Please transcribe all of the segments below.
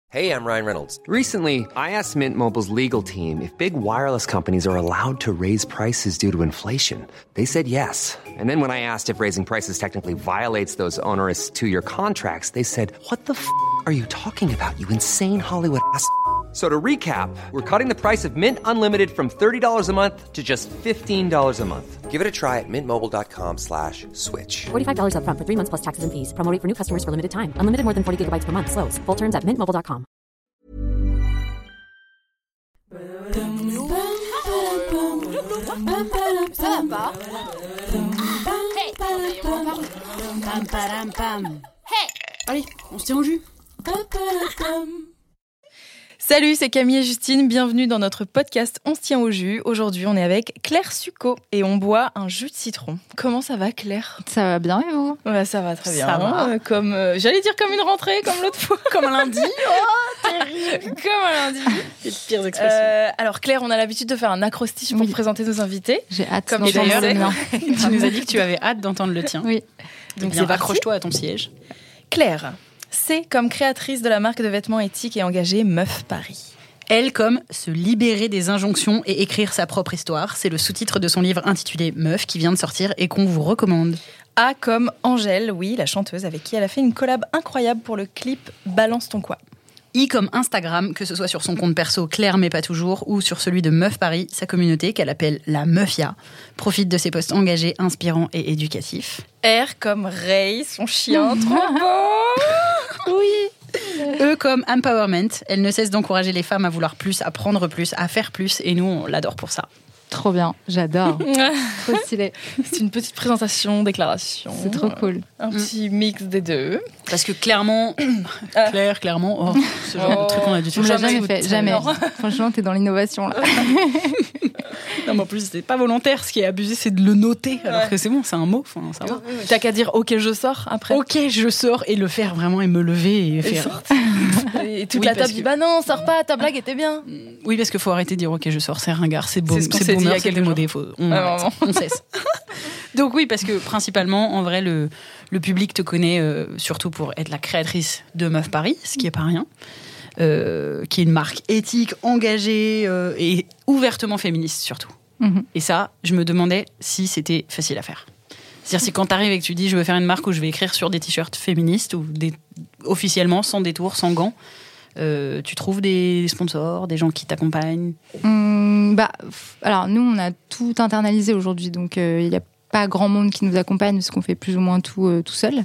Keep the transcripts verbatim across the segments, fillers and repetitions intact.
Hey, I'm Ryan Reynolds. Recently, I asked Mint Mobile's legal team if big wireless companies are allowed to raise prices due to inflation. They said yes. And then when I asked if raising prices technically violates those onerous two-year contracts, they said, what the f*** are you talking about, you insane Hollywood ass f- So to recap, we're cutting the price of Mint Unlimited from thirty dollars a month to just fifteen dollars a month. Give it a try at mintmobile.com slash switch. forty-five dollars up front for three months plus taxes and fees. Promo rate for new customers for limited time. Unlimited more than forty gigabytes per month. Slows full terms at mint mobile dot com. Allez, on se tient au jus. Salut, c'est Camille et Justine, bienvenue dans notre podcast On se tient au jus. Aujourd'hui, on est avec Claire Succo et on boit un jus de citron. Comment ça va, Claire ? Ça va bien et vous ? Ouais, ça va très bien. Ça va. Euh, comme, euh, j'allais dire comme une rentrée, comme l'autre fois. Comme un lundi. Oh, terrible. Comme un lundi. Les pires expressions. Euh, alors Claire, on a l'habitude de faire un acrostiche pour Oui. présenter nos invités. J'ai hâte Comme d'entendre d'ailleurs, le mien. Tu nous as dit que tu avais hâte d'entendre le tien. Oui. Donc, c'est bien, parti. accroche-toi à ton siège. Claire, c'est comme créatrice de la marque de vêtements éthiques et engagée Meuf Paris. Elle comme se libérer des injonctions et écrire sa propre histoire. C'est le sous-titre de son livre intitulé Meuf qui vient de sortir et qu'on vous recommande. A comme Angèle, oui, la chanteuse avec qui elle a fait une collab incroyable pour le clip Balance ton quoi. I comme Instagram, que ce soit sur son compte perso Claire mais pas toujours, ou sur celui de Meuf Paris, sa communauté qu'elle appelle la Meufia, profite de ses posts engagés, inspirants et éducatifs. R comme Ray, son chien, trop beau. Oui. E comme Empowerment, elle ne cesse d'encourager les femmes à vouloir plus, à prendre plus, à faire plus, et nous on l'adore pour ça. Trop bien, j'adore. Trop stylé. C'est une petite présentation, déclaration. C'est trop cool. Un petit mix des deux. Parce que clairement, Claire, clairement, oh, ce genre Oh. de truc on a dû Tu me faire. l'as jamais fait, jamais. Non. Franchement, t'es dans l'innovation là. Non, mais en plus, c'est pas volontaire. Ce qui est abusé, c'est de le noter. Alors Ouais. que c'est bon, c'est un mot. Enfin, ça va. T'as qu'à dire ok, je sors après. Ok, je sors et le faire vraiment et me lever et Et faire. sortir. Et toute Oui, la parce table que- dit bah non, sors pas, ta blague était bien. Oui, parce qu'il faut arrêter de dire ok, je sors, c'est ringard, c'est beau, C'est ce qu'on s'est dit il y a c'est quelques démodé. Faut, on, Ouais, arrête, vraiment. on cesse. Donc oui, parce que principalement, en vrai, le, le public te connaît euh, surtout pour être la créatrice de Meuf Paris, ce qui est pas rien. Euh, qui est une marque éthique, engagée euh, et ouvertement féministe surtout. Mhm. Et ça, je me demandais si c'était facile à faire. C'est-à-dire, si quand t'arrives et que tu dis je veux faire une marque où je vais écrire sur des t-shirts féministes ou des, officiellement, sans détour, sans gants, euh, tu trouves des sponsors, des gens qui t'accompagnent. Hum, bah, f- alors nous, on a tout internalisé aujourd'hui, donc euh, il n'y a pas grand monde qui nous accompagne parce qu'on fait plus ou moins tout euh, tout seul.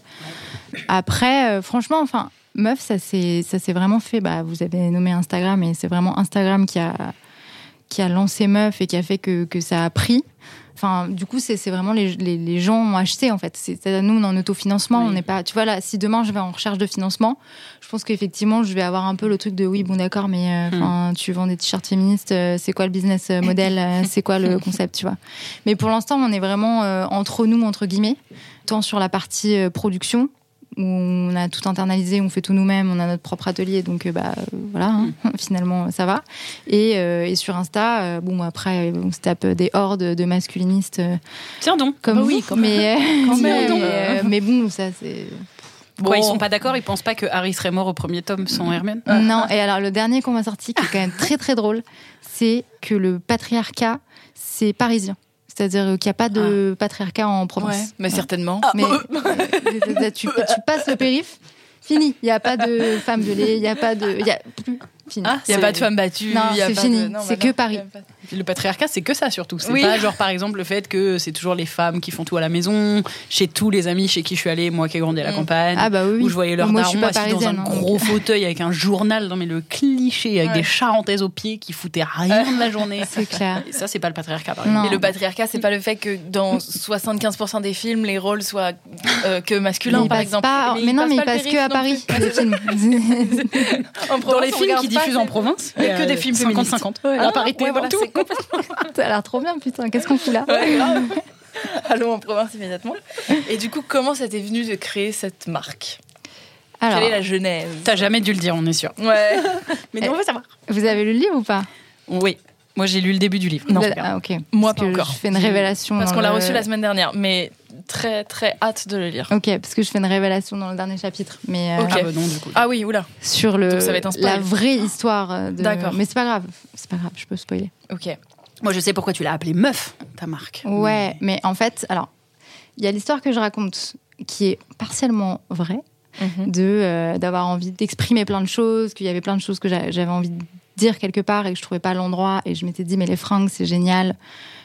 Après, euh, franchement, enfin, Meuf, ça s'est ça s'est vraiment fait. Bah, vous avez nommé Instagram et c'est vraiment Instagram qui a qui a lancé Meuf et qui a fait que que ça a pris. Enfin, du coup, c'est, c'est vraiment les, les, les gens ont acheté, en fait. C'est, c'est, nous, on est en autofinancement. Oui. On n'est pas, tu vois, là, si demain, je vais en recherche de financement, je pense qu'effectivement, je vais avoir un peu le truc de oui, bon, d'accord, mais enfin, euh, tu vends des t-shirts féministes, euh, c'est quoi le business model, euh, c'est quoi le concept, tu vois. Mais pour l'instant, on est vraiment euh, entre nous, entre guillemets, tant sur la partie euh, production, où on a tout internalisé, on fait tout nous-mêmes, on a notre propre atelier, donc euh, bah euh, voilà, hein, finalement ça va. Et, euh, et sur Insta, euh, bon après on se tape des hordes de masculinistes euh, Tiens donc. comme Bah vous, oui, quand mais, Quand mais, même. euh, mais bon, ça c'est. Quoi, ils sont pas d'accord, ils pensent pas que Harry serait mort au premier tome sans Hermione. Non. Et alors le dernier qu'on m'a sorti, qui est quand même très très drôle, c'est que le patriarcat c'est parisien. C'est-à-dire qu'il n'y a pas de patriarcat en province. Ouais, mais certainement. Mais euh, tu, tu passes le périph', fini. Il n'y a pas de femme violée, il n'y a pas de. Il y a plus. Fini. Ah, Il n'y a c'est- pas de femmes battues. Non, il y a c'est pas fini. de- non, C'est bah que non, Paris. il y a pas- Le patriarcat, c'est que ça surtout. C'est Oui. pas genre par exemple le fait que c'est toujours les femmes qui font tout à la maison, chez tous les amis chez qui je suis allée, moi qui ai grandi à la Mm. campagne, Ah bah oui, oui. où je voyais leur Moi, je suis daron pas assis dans un parisienne, hein, gros donc. fauteuil avec un journal, non mais le cliché avec Ouais. des charentaises aux pieds qui foutaient rien de la journée. C'est clair. Et ça, c'est pas le patriarcat par Non. exemple. Et le patriarcat, c'est pas le fait que dans soixante-quinze pour cent des films, les rôles soient euh, que masculins, Mais il par passe exemple. pas- mais non, mais il pas le passe que périph' à non Paris, plus. les films. En Dans Provence, les on films regarde qui pas, diffusent c'est- en province, Mais que des films cinquante féministes. cinquante. Ouais, La ah, parité ouais, avant voilà, tout. c'est complètement- Ça a l'air trop bien, putain. Qu'est-ce qu'on fout là? Ouais, grave. Allons en province immédiatement. Et du coup, comment ça t'est venu de créer cette marque? Alors, Quelle est la genèse? T'as jamais dû le dire, on est sûr. Ouais. Mais nous, on veut savoir. vous avez lu le livre ou pas? Oui. Moi, j'ai lu le début du livre. Non. Vous avez- Ah, ok. Moi, Parce pas que encore. Je fais une révélation. Parce dans qu'on l'a le- reçu la semaine dernière. Mais très très hâte de le lire. Ok, parce que je fais une révélation dans le dernier chapitre, mais euh, Ok. Ah bah non, du coup. Ah oui, oula. sur le Donc ça va être un spoil. la vraie histoire de. D'accord. Mais c'est pas grave, c'est pas grave, je peux spoiler. Ok. Moi, je sais pourquoi tu l'as appelée meuf, ta marque. Ouais, mais en fait, alors, il y a l'histoire que je raconte qui est partiellement vraie, Mhm. de euh, d'avoir envie d'exprimer plein de choses, qu'il y avait plein de choses que j'a- j'avais envie de dire quelque part et que je trouvais pas l'endroit, et je m'étais dit mais les fringues c'est génial.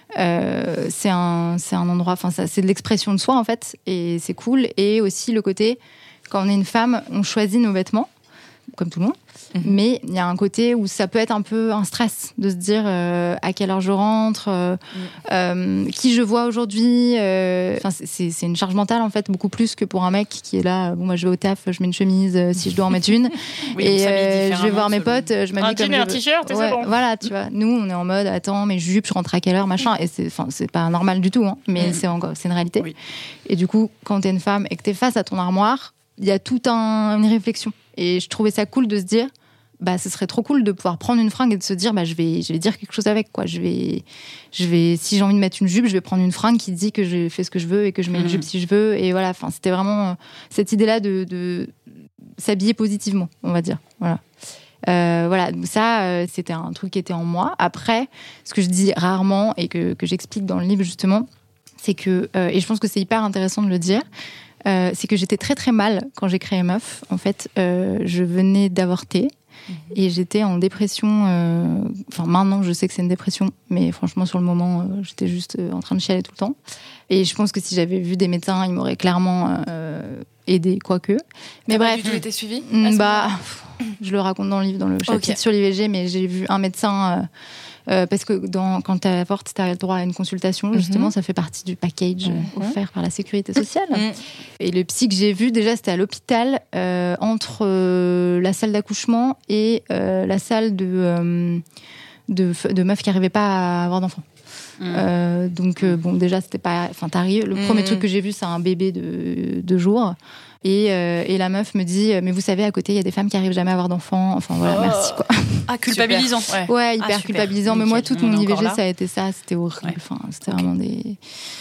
Euh, c'est un c'est un endroit, enfin ça c'est de l'expression de soi en fait, et c'est cool. Et aussi le côté, quand on est une femme, on choisit nos vêtements comme tout le monde, Mhm. mais il y a un côté où ça peut être un peu un stress de se dire euh, à quelle heure je rentre, euh, euh, qui je vois aujourd'hui. euh, Enfin, c'est- c'est c'est une charge mentale en fait, beaucoup plus que pour un mec qui est là. Bon, moi je vais au taf, je mets une chemise euh, si je dois en mettre une, Oui, on et s'habille euh, je vais différemment voir mes selon- potes, euh, je m'habille Un comme jean et je un veux. t-shirt, et c'est Ouais, bon. Voilà, tu vois. Nous, on est en mode attends, mes jupes, je rentre à quelle heure, machin, et c'est, enfin, c'est pas normal du tout, hein, mais Mm. c'est encore, c'est une réalité. Oui. Et du coup, quand t'es une femme et que t'es face à ton armoire, il y a toute un, une réflexion. Et je trouvais ça cool de se dire, bah, ce serait trop cool de pouvoir prendre une fringue et de se dire, bah, je vais, je vais dire quelque chose avec, quoi. Je vais, je vais, si j'ai envie de mettre une jupe, je vais prendre une fringue qui dit que je fais ce que je veux et que je mets une Mhm. jupe si je veux. Et voilà, enfin, c'était vraiment euh, cette idée-là de, de s'habiller positivement, on va dire. Voilà. Euh, voilà, donc ça, euh, c'était un truc qui était en moi. Après, ce que je dis rarement et que, que j'explique dans le livre, justement, c'est que, euh, et je pense que c'est hyper intéressant de le dire, euh, c'est que j'étais très très mal quand j'ai créé Meuf. En fait, euh, je venais d'avorter et j'étais en dépression. euh, Enfin, maintenant, je sais que c'est une dépression, mais franchement, sur le moment, euh, j'étais juste euh, en train de chialer tout le temps. Et je pense que si j'avais vu des médecins, ils m'auraient clairement euh, aidé, quoique. Mais T'as pas bref. du tout été suivie Mm, à ce Bah, moment-là pff, je le raconte dans le livre, dans le chapitre Ok. sur l'I V G, mais j'ai vu un médecin. euh, euh, parce que dans, quand tu avortes, tu as le droit à une consultation. Justement, Mhm. ça fait partie du package euh, Mhm. offert par la sécurité sociale. Mm. Et le psy que j'ai vu, déjà, c'était à l'hôpital, euh, entre euh, la salle d'accouchement et euh, la salle de, euh, de, f- de meufs qui n'arrivaient pas à avoir d'enfants. Mm. Euh, donc, euh, bon, déjà, c'était pas. Enfin, t'arrives. Le Mhm. premier truc que j'ai vu, c'est un bébé de deux jours. Et, euh, et la meuf me dit, mais vous savez, à côté, il y a des femmes qui arrivent jamais à avoir d'enfants. Enfin, voilà, Oh. merci, quoi. Ah, culpabilisant. Super. Ouais. Ouais, hyper Ah, super. culpabilisant. Mais moi, Nickel. toute On mon est I V encore G, là. ça a été ça. C'était horrible. Ouais. Enfin, c'était Ok. vraiment des.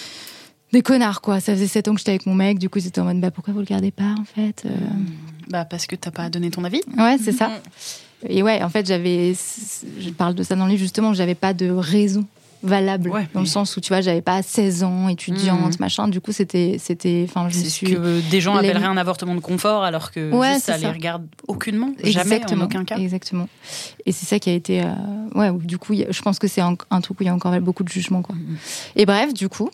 Des connards, quoi. Ça faisait sept ans que j'étais avec mon mec. Du coup, c'était en mode, bah, pourquoi vous le gardez pas, en fait euh, Bah, parce que t'as pas donné ton avis. Ouais, c'est ça. Mm. Et ouais, en fait, j'avais. Je parle de ça dans le livre, justement, j'avais pas de raison valable. Ouais, dans le oui. sens où, tu vois, j'avais pas seize ans, étudiante, Mhm. machin. Du coup, c'était. c'était enfin, je me C'est ce suis. que des gens les- appelleraient un avortement de confort, alors que Ouais, juste, ça c'est les ça. regarde aucunement, jamais, Exactement, en aucun cas. exactement. Et c'est ça qui a été, euh, ouais, où, du coup, il y a- je pense que c'est un, un truc où il y a encore beaucoup de jugement, quoi. Mhm. Et bref, du coup,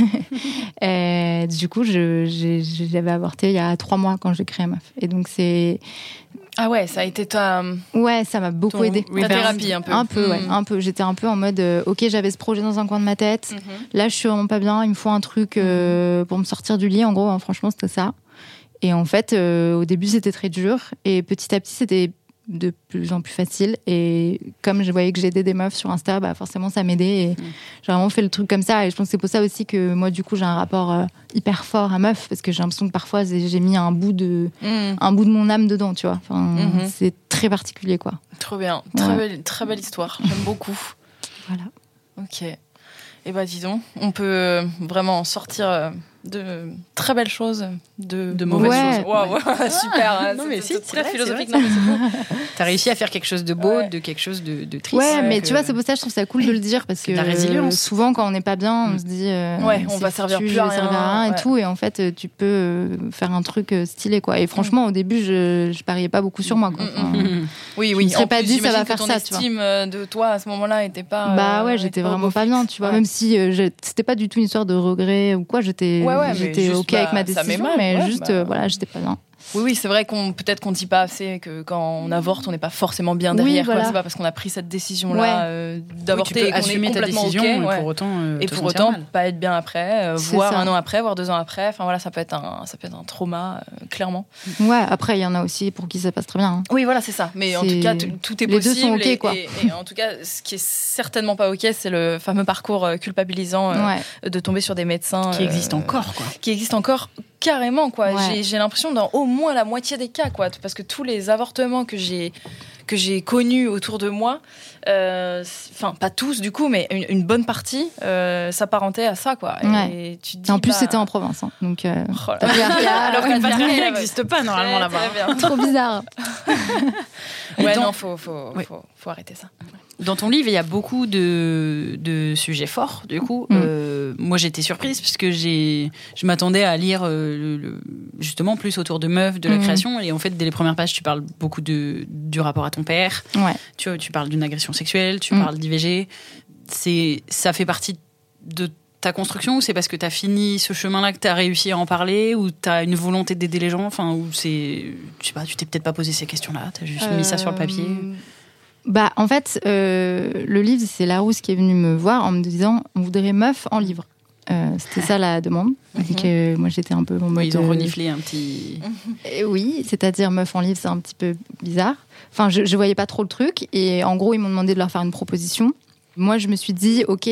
euh, du coup, je, j'ai- j'avais avorté il y a trois mois quand j'ai créé Meuf. Et donc c'est, Ah ouais, ça a été ta, ouais, ça m'a beaucoup Ton aidé. Oui, ta ben, thérapie un peu. Un peu, ouais, Mm. un peu. J'étais un peu en mode, euh, ok, j'avais ce projet dans un coin de ma tête. Mhm. Là, je suis vraiment pas bien. Il me faut un truc euh, pour me sortir du lit. En gros, hein, franchement, c'était ça. Et en fait, euh, au début, c'était très dur. Et petit à petit, c'était de plus en plus facile. Et comme je voyais que j'aidais des meufs sur Insta, bah forcément, ça m'aidait. Et j'ai vraiment fait le truc comme ça. Et je pense que c'est pour ça aussi que moi, du coup, j'ai un rapport euh, hyper fort à meuf. Parce que j'ai l'impression que parfois, j'ai j'ai mis un bout de, Mm. un bout de mon âme dedans, tu vois. Enfin, Mhm. c'est très particulier, quoi. Trop bien. Très, Ouais. belle, très belle histoire. J'aime beaucoup. Voilà. Ok. Et bah dis donc, on peut euh, vraiment sortir euh, de très belles choses, de, De mauvaises Ouais. choses. Waouh, super. hein, non, c'est- mais c'est si, très c'est vrai, philosophique. c'est Non, mais c'est beau. T'as réussi à faire quelque chose de beau, Ouais. de quelque chose de, de triste. Ouais, mais que- tu vois, c'est pour ça que je trouve ça cool de le dire parce que de la résilience. euh, souvent quand on n'est pas bien, on Mm. se dit euh, Ouais, on c'est va servir foutu, plus à je vais servir rien, rien ouais. et tout, et en fait euh, tu peux euh, faire un truc euh, stylé, quoi. Et franchement, au début, je je pariais pas beaucoup sur moi, quoi. Mm, Enfin, Oui, Je oui. me serais En pas plus, dit, ça va j'imagine que faire ton ça, tu vois. estime euh, de toi à ce moment-là était pas. bah euh, ouais, était j'étais pas au vraiment beau pas fixe. bien, tu vois. Ouais. Même si euh, j'ai- c'était pas du tout une histoire de regret ou quoi, j'étais Ouais, ouais, mais j'étais juste, ok avec bah, ma ça met décision, mal, mais ouais, juste bah. euh, voilà, j'étais pas bien. Oui, oui, c'est vrai qu'on peut-être qu'on dit pas assez que quand on avorte, on n'est pas forcément bien derrière. Oui, quoi. voilà. C'est pas parce qu'on a pris cette décision-là Ouais. euh, Oui, d'avorter tu peux et qu'on est assumer ta complètement décision ok, et ouais. pour autant euh, Et te pour sentir autant, mal. pas être bien après, euh, C'est voire ça. un an après, voire deux ans après. Enfin voilà, ça peut être un, ça peut être un trauma, euh, clairement. Ouais, après il y en a aussi pour qui ça passe très bien. hein. Oui, voilà, c'est ça. Mais en C'est- tout cas, t- tout est les deux possible. sont ok, et, quoi. et- et en tout cas, ce qui est certainement pas ok, c'est le fameux parcours euh, culpabilisant euh, Ouais. de tomber sur des médecins Qui euh, existe encore, quoi. qui existe encore carrément, quoi. Ouais. J'ai, j'ai l'impression dans au moins la moitié des cas, quoi. Parce que tous les avortements que j'ai, que j'ai connus autour de moi, enfin, euh, pas tous du coup, mais une, une bonne partie euh, s'apparentait à ça, quoi. Et ouais. tu te dis, en plus, bah... c'était en province. Hein, donc, euh, oh là là. Alors que le patriarcat n'existe pas normalement très, là-bas. très trop bizarre. Ouais, dans... non, faut, faut, oui. faut, faut arrêter ça. Dans ton livre, il y a beaucoup de, de sujets forts, du coup. Mm. Euh, moi, j'étais surprise parce que j'ai, je m'attendais à lire euh, le, le, justement plus autour de meufs, de la mm. création. Et en fait, dès les premières pages, tu parles beaucoup de, du rapport à ton père. Ouais. Tu, tu parles d'une agression sexuelle, tu Mm. parles d'I V G. C'est, ça fait partie de ta construction ou c'est parce que tu as fini ce chemin-là que tu as réussi à en parler ou tu as une volonté d'aider les gens, enfin, ou c'est, je sais pas, tu t'es peut-être pas posé ces questions-là, tu as juste euh... mis ça sur le papier. Bah, en fait, euh, le livre, c'est Larousse qui est venue me voir en me disant on voudrait meuf en livre. Euh, c'était ça la demande. Mm-hmm. Donc, euh, moi, j'étais un peu en mode. Oui, ils ont reniflé un petit. Euh, oui, c'est-à-dire meuf en livre, c'est un petit peu bizarre. Enfin, je, je voyais pas trop le truc. Et en gros, ils m'ont demandé de leur faire une proposition. Moi, je me suis dit, ok.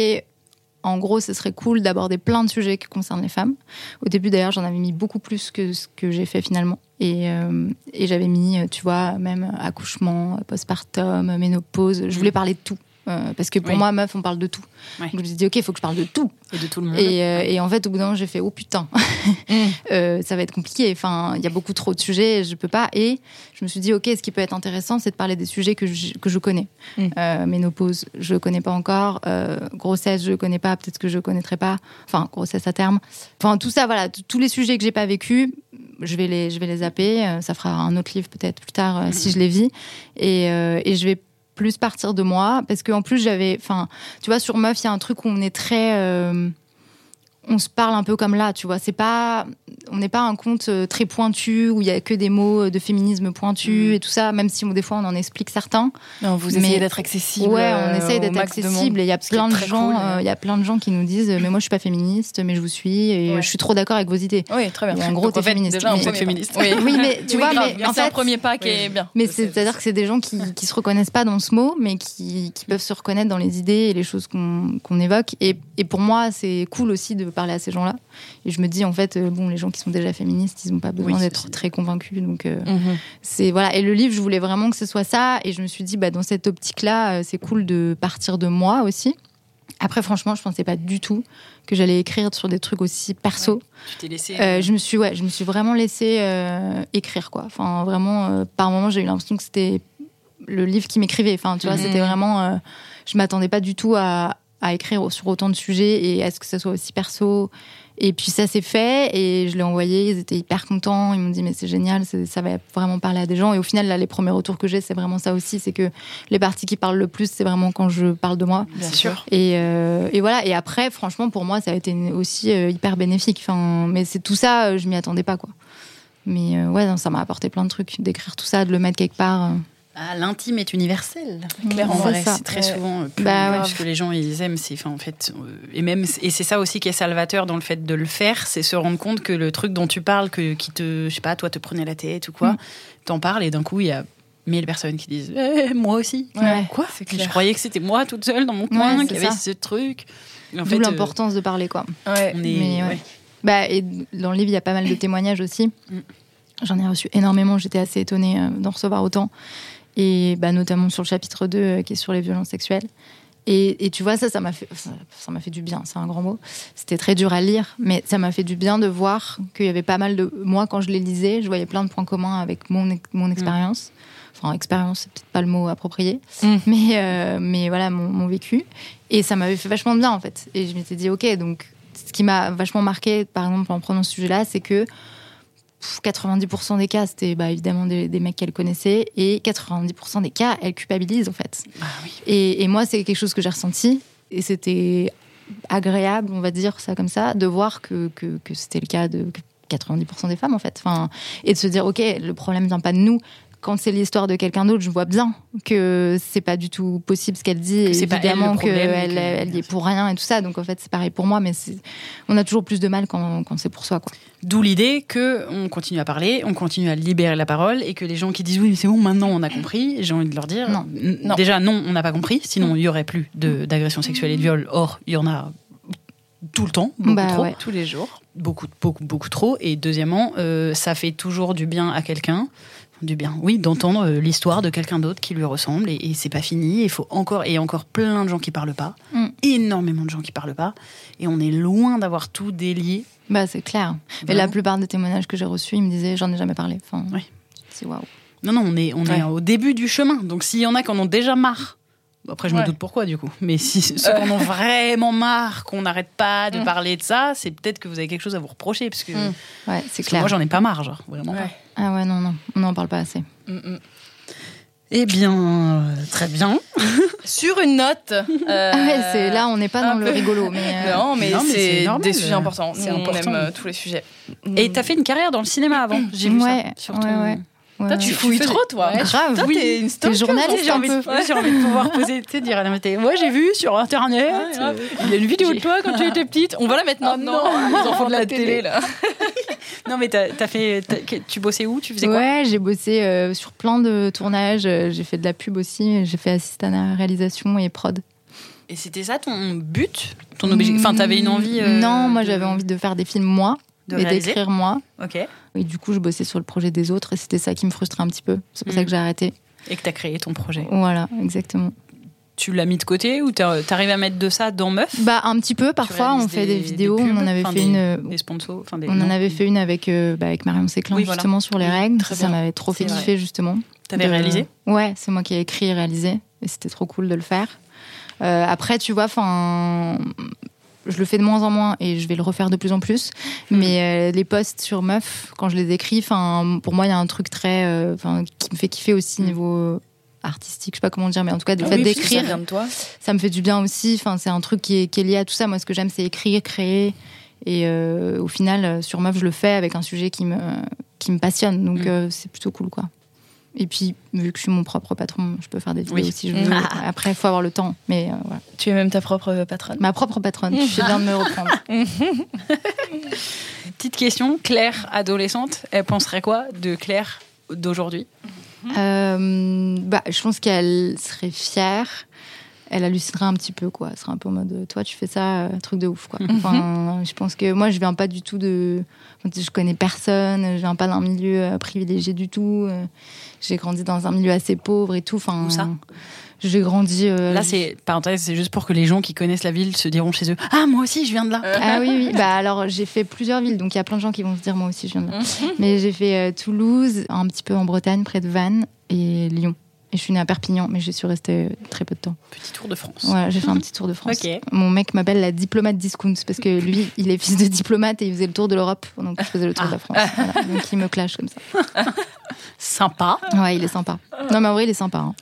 En gros, ce serait cool d'aborder plein de sujets qui concernent les femmes. Au début, d'ailleurs, j'en avais mis beaucoup plus que ce que j'ai fait finalement. Et, euh, et j'avais mis, tu vois, même accouchement, postpartum, ménopause. Je voulais parler de tout. Euh, parce que pour oui. moi, meuf, on parle de tout. Ouais. Donc je me suis dit, ok, il faut que je parle de tout. Et de tout le monde. Et, euh, et en fait, au bout d'un moment, j'ai fait, oh putain, mm. euh, ça va être compliqué. Enfin, il y a beaucoup trop de sujets, je peux pas. Et je me suis dit, ok, ce qui peut être intéressant, c'est de parler des sujets que je, que je connais. Mm. Euh, ménopause, je connais pas encore. Euh, grossesse, je connais pas. Peut-être que je connaîtrai pas. Enfin, grossesse à terme. Enfin, tout ça, voilà, tous les sujets que j'ai pas vécu, je vais les, je vais les zapper. Ça fera un autre livre peut-être plus tard euh, mm. si je les vis. Et, euh, et je vais plus partir de moi, parce qu'en plus j'avais, enfin, tu vois, sur Meuf, il y a un truc où on est très, euh, on se parle un peu comme là, tu vois, c'est pas, on n'est pas un conte très pointu où il y a que des mots de féminisme pointus mmh. et tout ça, même si des fois on en explique certains. Non, vous essayez d'être accessible. Ouais, on essaye d'être accessible. Et il y a plein de gens, il cool, euh, y a plein de gens qui nous disent, mais moi je suis pas féministe, mais je vous suis et ouais. je suis trop d'accord avec vos idées. Oui, très bien. Et en gros, t'es féministe. Déjà, mais... on est féministe. Oui. oui, mais tu oui, vois, grave, mais en c'est fait, un premier pas qui oui. est bien. Mais c'est, c'est-à-dire que c'est des gens qui, qui se reconnaissent pas dans ce mot, mais qui, qui peuvent se reconnaître dans les idées et les choses qu'on, qu'on évoque. Et, et pour moi, c'est cool aussi de parler à ces gens-là. Et je me dis, en fait, bon, les gens qui sont déjà féministes, ils n'ont pas besoin oui, d'être c'est... très convaincus. Donc, euh, mm-hmm. c'est, voilà. Et le livre, je voulais vraiment que ce soit ça. Et je me suis dit, bah, dans cette optique-là, c'est cool de partir de moi aussi. Après, franchement, je ne pensais pas du tout que j'allais écrire sur des trucs aussi perso. Ouais, tu t'es laissée... Euh, je me suis, ouais, je me suis vraiment laissée euh, écrire, quoi. Enfin, vraiment, euh, par moments, j'ai eu l'impression que c'était le livre qui m'écrivait. Enfin, tu vois, mm-hmm. c'était vraiment... Euh, je ne m'attendais pas du tout à, à écrire sur autant de sujets et à ce que ça soit aussi perso. Et puis ça s'est fait et je l'ai envoyé, ils étaient hyper contents, ils m'ont dit mais c'est génial, c'est, ça va vraiment parler à des gens. Et au final, là, les premiers retours que j'ai, c'est vraiment ça aussi, c'est que les parties qui parlent le plus, c'est vraiment quand je parle de moi. Bien sûr. Et, euh, et voilà, et après, franchement, pour moi, ça a été aussi euh, hyper bénéfique. Enfin, mais c'est tout ça, je m'y attendais pas, quoi. Mais euh, ouais, non, ça m'a apporté plein de trucs, d'écrire tout ça, de le mettre quelque part... Euh. Ah, l'intime est universel. Clairement, en vrai, c'est, c'est très ouais. souvent plus bah, grave ouais. ce que les gens ils aiment. C'est, enfin, en fait, et même, et c'est ça aussi qui est salvateur dans le fait de le faire, c'est se rendre compte que le truc dont tu parles, que qui te, je sais pas, toi te prenait la tête ou quoi, mm. t'en parles et d'un coup il y a mille personnes qui disent eh, moi aussi. Ouais, quoi c'est Je croyais que c'était moi toute seule dans mon coin ouais, qui avait ça. ce truc. Et en D'où fait, l'importance euh, de parler, quoi. Ouais. On est, Mais, ouais. Ouais. Bah, et dans le livre, il y a pas mal de témoignages aussi. Mm. J'en ai reçu énormément. J'étais assez étonnée euh, d'en recevoir autant. Et bah, notamment sur le chapitre deux euh, qui est sur les violences sexuelles. Et, et tu vois, ça, ça m'a fait, ça, ça m'a fait du bien, c'est un grand mot. C'était très dur à lire, mais ça m'a fait du bien de voir qu'il y avait pas mal de... Moi, quand je les lisais, je voyais plein de points communs avec mon, mon expérience. Enfin, expérience, c'est peut-être pas le mot approprié, mm. mais, euh, mais voilà, mon, mon vécu. Et ça m'avait fait vachement bien, en fait. Et je m'étais dit, OK, donc ce qui m'a vachement marqué, par exemple, en prenant ce sujet-là, c'est que quatre-vingt-dix pour cent des cas, c'était bah, évidemment des, des mecs qu'elle connaissait, et quatre-vingt-dix pour cent des cas, elle culpabilise, en fait. Ah, oui. et, et moi, c'est quelque chose que j'ai ressenti, et c'était agréable, on va dire ça comme ça, de voir que, que, que c'était le cas de quatre-vingt-dix pour cent des femmes, en fait. Enfin, et de se dire, OK, le problème vient pas de nous. Quand c'est l'histoire de quelqu'un d'autre, je vois bien que c'est pas du tout possible ce qu'elle dit. Et c'est évidemment pas elle, le qu'elle que... elle y est pour rien et tout ça. Donc en fait, c'est pareil pour moi, mais c'est... on a toujours plus de mal quand, quand c'est pour soi, quoi. D'où l'idée qu'on continue à parler, on continue à libérer la parole et que les gens qui disent oui, mais c'est bon, maintenant on a compris, j'ai envie de leur dire non. N- déjà non, on n'a pas compris, sinon il y aurait plus de, d'agressions sexuelles et de viols. Or, il y en a tout le temps, beaucoup Bah, trop. ouais. Tous les jours. Beaucoup, beaucoup, beaucoup trop. Et deuxièmement, euh, ça fait toujours du bien à quelqu'un. Du bien, oui, d'entendre euh, l'histoire de quelqu'un d'autre qui lui ressemble. Et, et c'est pas fini. Il faut encore, et encore plein de gens qui parlent pas. Mm. Énormément de gens qui parlent pas. Et on est loin d'avoir tout délié. Bah, c'est clair. Et Vraiment. la plupart des témoignages que j'ai reçus, ils me disaient, j'en ai jamais parlé. Enfin, Ouais. c'est waouh. Non, non, on est, on Ouais. est au début du chemin. Donc s'il y en a qui en ont déjà marre, après je me Ouais. doute pourquoi du coup, mais si ceux qui en ont vraiment marre, qu'on n'arrête pas de parler de ça, c'est peut-être que vous avez quelque chose à vous reprocher. Parce que, Mm. Ouais, c'est parce que clair. moi j'en ai pas marre, genre, vraiment pas. Ouais. Ah ouais, non, non, on n'en parle pas assez. Mm, mm. Eh bien, euh, très bien. Sur une note. euh, Ah ouais, c'est, là, on n'est pas un dans le peu. rigolo. Mais, euh, Non, mais, Non, mais c'est c'est normal. des sujets importants. C'est Nous, important. On aime euh, tous les sujets. Et t'as fait une carrière dans le cinéma avant, j'ai vu Ouais, ça. Sur ouais, ton- ouais. Ouais, Toi, ouais. tu fouilles faisais- trop, toi. Ouais, grave. Toi, Oui. t'es une T'es stalker, journaliste J'ai un envie, de, peu. ouais, j'ai envie de pouvoir poser, tu sais, dire à l'invité, moi j'ai vu sur internet, Ouais, grave. euh, Il y a une vidéo J'ai- de toi quand tu étais petite. On va la mettre Oh maintenant. non, Les enfants de la télé, là. Non mais t'as, t'as fait, t'as- tu bossais où, tu faisais quoi? Ouais, j'ai bossé euh, sur plein de tournages. euh, J'ai fait de la pub aussi. J'ai fait assistant à réalisation et prod. Et c'était ça ton but, ton objectif? Enfin, t'avais une envie euh, Non, moi de- j'avais envie de faire des films moi de et réaliser. d'écrire moi. Ok. Et du coup, je bossais sur le projet des autres et c'était ça qui me frustrait un petit peu. C'est pour Mm. ça que j'ai arrêté. Et que t'as créé ton projet. Voilà, exactement. Tu l'as mis de côté ou t'as- t'arrives à mettre de ça dans Meuf? Bah un petit peu. Parfois, réalises on fait des, des- vidéos. des pubs, on en avait enfin, fait des- une. Des sponsors, enfin des. On en non. avait fait une avec euh, bah, avec Marion Séclin Oui, voilà. justement sur les Oui, règles. très Ça bien. m'avait trop fait C'est kiffer justement. T'avais De- réalisé? Ouais, c'est moi qui ai écrit et réalisé et c'était trop cool de le faire. Euh, après, tu vois, enfin, je le fais de moins en moins et je vais le refaire de plus en plus. Mm. Mais euh, les posts sur Meuf, quand je les écris, enfin, pour moi, il y a un truc très, euh, enfin, qui me fait kiffer aussi Mm. niveau artistique, je sais pas comment dire, mais en tout cas, le Ah fait oui, d'écrire, ça vient de toi. ça me fait du bien aussi. Enfin, c'est un truc qui est, qui est lié à tout ça. Moi, ce que j'aime, c'est écrire, créer. Et euh, au final, euh, sur Meuf, je le fais avec un sujet qui me, qui me passionne. Donc, Mm. euh, c'est plutôt cool, quoi. Et puis, vu que je suis mon propre patron, je peux faire des vidéos Oui. si je veux. Mm. Après, il faut avoir le temps. Mais euh, voilà. Tu es même ta propre patronne. Ma propre patronne, tu fais bien de me reprendre. Petite question, Claire, adolescente, elle penserait quoi de Claire d'aujourd'hui? Euh, bah, je pense qu'elle serait fière. Elle hallucinerait un petit peu, quoi. Elle serait un peu en mode, toi, tu fais ça, euh, truc de ouf, quoi. Enfin, je pense que moi, je viens pas du tout de... Je connais personne, je viens pas d'un milieu euh, privilégié du tout. Euh, J'ai grandi dans un milieu assez pauvre et tout. Enfin, Où ça? J'ai grandi... euh, Là, c'est, parenthèse, c'est juste pour que les gens qui connaissent la ville se diront chez eux, ah, moi aussi, je viens de là. Ah oui, oui. Bah, alors, j'ai fait plusieurs villes, donc il y a plein de gens qui vont se dire, moi aussi, je viens de là. Mais j'ai fait euh, Toulouse, un petit peu en Bretagne, près de Vannes, et Lyon. Et je suis née à Perpignan, mais j'y suis restée euh, très peu de temps. Petit tour de France. Voilà, j'ai fait un petit tour de France. Ok. Mon mec m'appelle la diplomate discount, parce que lui, il est fils de diplomate et il faisait le tour de l'Europe, pendant que je faisais le tour de la France. Voilà. Donc il me clash comme ça. Sympa. Ouais, il est sympa. Non, mais en vrai, il est sympa. Hein.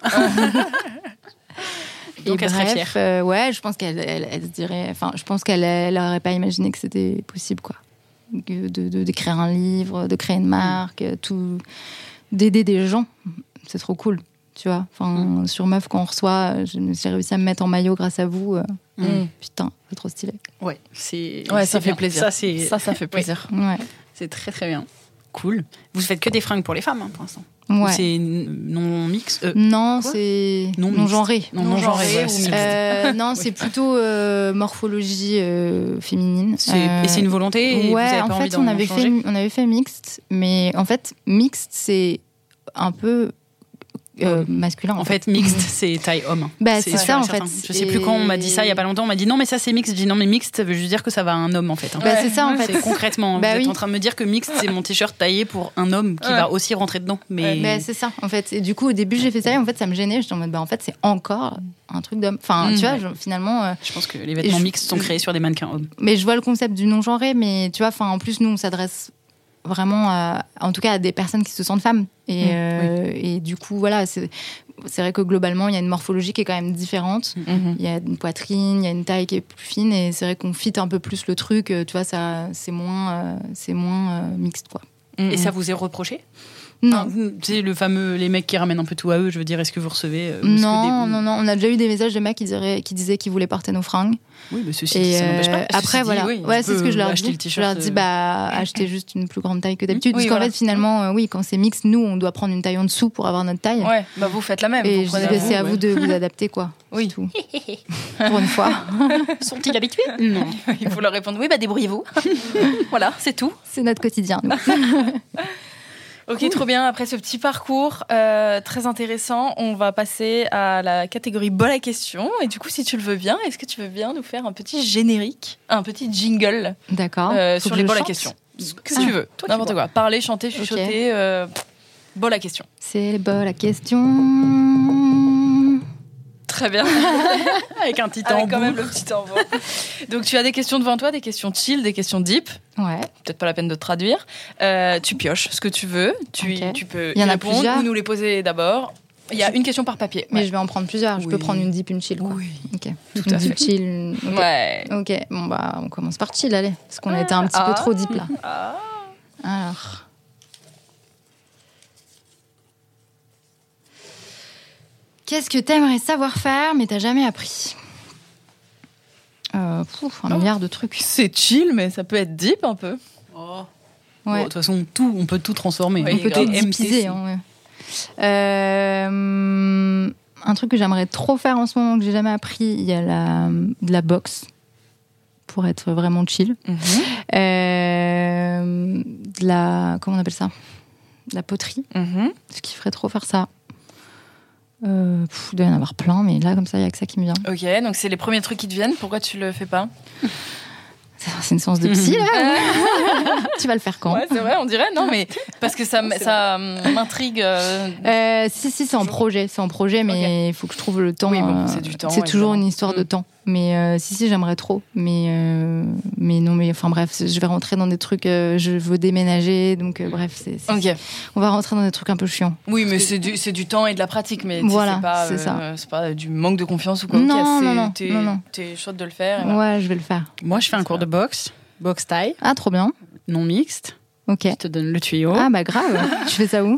Donc, Et elle serait bref, fière. euh, ouais, je pense qu'elle elle, elle se dirait. Enfin, je pense qu'elle elle aurait pas imaginé que c'était possible, quoi. De, de- d'écrire un livre, de créer une marque, tout. D'aider des gens. C'est trop cool, tu vois. Enfin, sur Meuf, quand on reçoit, je- j'ai réussi à me mettre en maillot grâce à vous. euh, Mm. Putain, c'est trop stylé. Ouais, c'est, Ouais, c'est ça fait bien. plaisir. Ça, c'est, Ça, ça fait plaisir. Ouais. c'est très, très bien. Cool. Vous faites que des fringues pour les femmes, hein, pour l'instant. Ou Ouais. c'est n- non mix euh, Non, Quoi c'est Non non, mixte. genré. Non, non genré, genré ouais, ou c'est- mixte. Euh, non, c'est plutôt euh, morphologie euh, féminine. c'est- Euh, Et c'est une volonté et vous ouais, avez pas en envie fait, d'en on avait changer fait, on avait fait mixte, mais en fait, mixte, c'est un peu euh, masculin. En fait, mixte, c'est taille homme. Bah, c'est sûr ça, et en certain. fait. Je sais plus quand on m'a dit ça, il y a pas longtemps, on m'a dit non, mais ça c'est mixte. Je dis non, mais mixte, ça veut juste dire que ça va à un homme en fait. hein. Bah, c'est ça, en fait. C'est concrètement. Bah vous êtes oui. en train de me dire que mixte, c'est mon t-shirt taillé pour un homme qui Ouais. va aussi rentrer dedans. Mais Bah, c'est ça, en fait. Et du coup, au début, j'ai fait ça et en fait, ça me gênait. J'étais en mode, bah, en fait, c'est encore un truc d'homme. Enfin, Mmh. tu vois, genre, finalement. euh, je pense que les vêtements Et je- mixtes sont créés sur des mannequins hommes. Mais je vois le concept du non-genré, mais tu vois, enfin, en plus, nous, on s'adresse vraiment, à, en tout cas, à des personnes qui se sentent femmes. Et, Mmh, euh, et du coup, voilà, c'est c'est vrai que globalement, il y a une morphologie qui est quand même différente. Mhm. Il y a une poitrine, il y a une taille qui est plus fine, et c'est vrai qu'on fit un peu plus le truc. euh, Tu vois, ça, c'est moins, euh, c'est moins euh, mixte, quoi. Et ça vous est reproché? Non. C'est le fameux, les mecs qui ramènent un peu tout à eux, je veux dire, est-ce que vous recevez euh, Non, est-ce que des... non, non. On a déjà eu des messages de mecs qui disaient, qui disaient qu'ils voulaient porter nos fringues. Oui, mais ceci Et dit, ça n'empêche pas. euh, Ceci après, dit, voilà. oui, ouais, on c'est ce que peut je leur acheter dis. le Je t-shirt, leur dis, euh, bah, achetez juste une plus grande taille que d'habitude. Oui, parce qu'en voilà. fait, finalement, euh, oui, quand c'est mixte, nous, on doit prendre une taille en dessous pour avoir notre taille. Ouais, bah vous faites la même. Et vous je prenez dis, la bah, c'est à vous, vous ouais. de vous adapter, quoi. Oui. C'est tout. Pour une fois. Sont-ils habitués? Non. Il faut leur répondre oui, bah débrouillez-vous. Voilà, c'est tout. C'est notre quotidien. nous. Ok, trop bien. Après ce petit parcours euh, très intéressant, on va passer à la catégorie bol à question. Et du coup, si tu le veux bien, est-ce que tu veux bien nous faire un petit générique, un petit jingle D'accord. euh, Faut sur que les je bols à chante. question? Ce que Ah, tu veux, toi, tu n'importe vois. quoi. Parler, chanter, chuchoter, Ok. euh, bol à question. C'est les bols à question. Très bien. Avec un petit Avec tambour. quand même le petit tambour. Donc tu as des questions devant toi, des questions chill, des questions deep. Ouais. Peut-être pas la peine de te traduire. Euh, tu pioches ce que tu veux. Tu, Ok. tu peux Il y en y a répondre plusieurs. ou nous les poser d'abord. Il y a une question par papier. Mais Ouais. je vais en prendre plusieurs. Je peux Oui. prendre une deep, une chill. Quoi. Oui. Ok. Tout une à deep fait. chill. une- Ok. Ouais. Ok. Bon bah, on commence par chill, allez, parce qu'on a été un petit Ah. peu trop deep là. Ah. Alors. Qu'est-ce que t'aimerais savoir faire mais t'as jamais appris? euh, pouf, Un Oh. milliard de trucs. C'est chill, mais ça peut être deep un peu. Oh. Ouais. Bon, de toute façon, tout, on peut tout transformer. Oui, On peut grave. tout M T C. deepiser. Hein, ouais. Euh, un truc que j'aimerais trop faire en ce moment que j'ai jamais appris, il y a la, de la boxe pour être vraiment chill. Euh, de la, comment on appelle ça? De la poterie. Mhm. Ce qui ferait trop faire ça. Euh, pff, il doit y en avoir plein, mais là, comme ça, il n'y a que ça qui me vient. Ok, donc c'est les premiers trucs qui te viennent. Pourquoi tu le fais pas? C'est une séance de psy, là. Tu vas le faire quand? Ouais, c'est vrai, on dirait. Non, mais parce que ça, m- ça hum, m'intrigue. euh, Euh, si, si, c'est en projet. C'est en projet, mais il faut que je trouve le temps. Oui, bon, euh, c'est du temps, C'est toujours évidemment. une histoire de Mm. temps. Mais euh, si, si, j'aimerais trop. Mais, euh, mais non, mais enfin bref, je vais rentrer dans des trucs. euh, je veux déménager, donc euh, bref, c'est, c'est- Ok. on va rentrer dans des trucs un peu chiants. Oui, mais c'est du, c'est du temps et de la pratique, mais tu sais, Voilà, c'est pas, c'est euh, c'est pas du manque de confiance ou quoi. Non, Ok, c'est- non, non, t'es, non, non. t'es chaude de le faire. et voilà. Ouais, je vais le faire. Moi, je fais un cours de boxe, boxe taille, Ah, trop bien. non mixte. Ok. Je te donne le tuyau. Ah, bah grave. Tu fais ça où?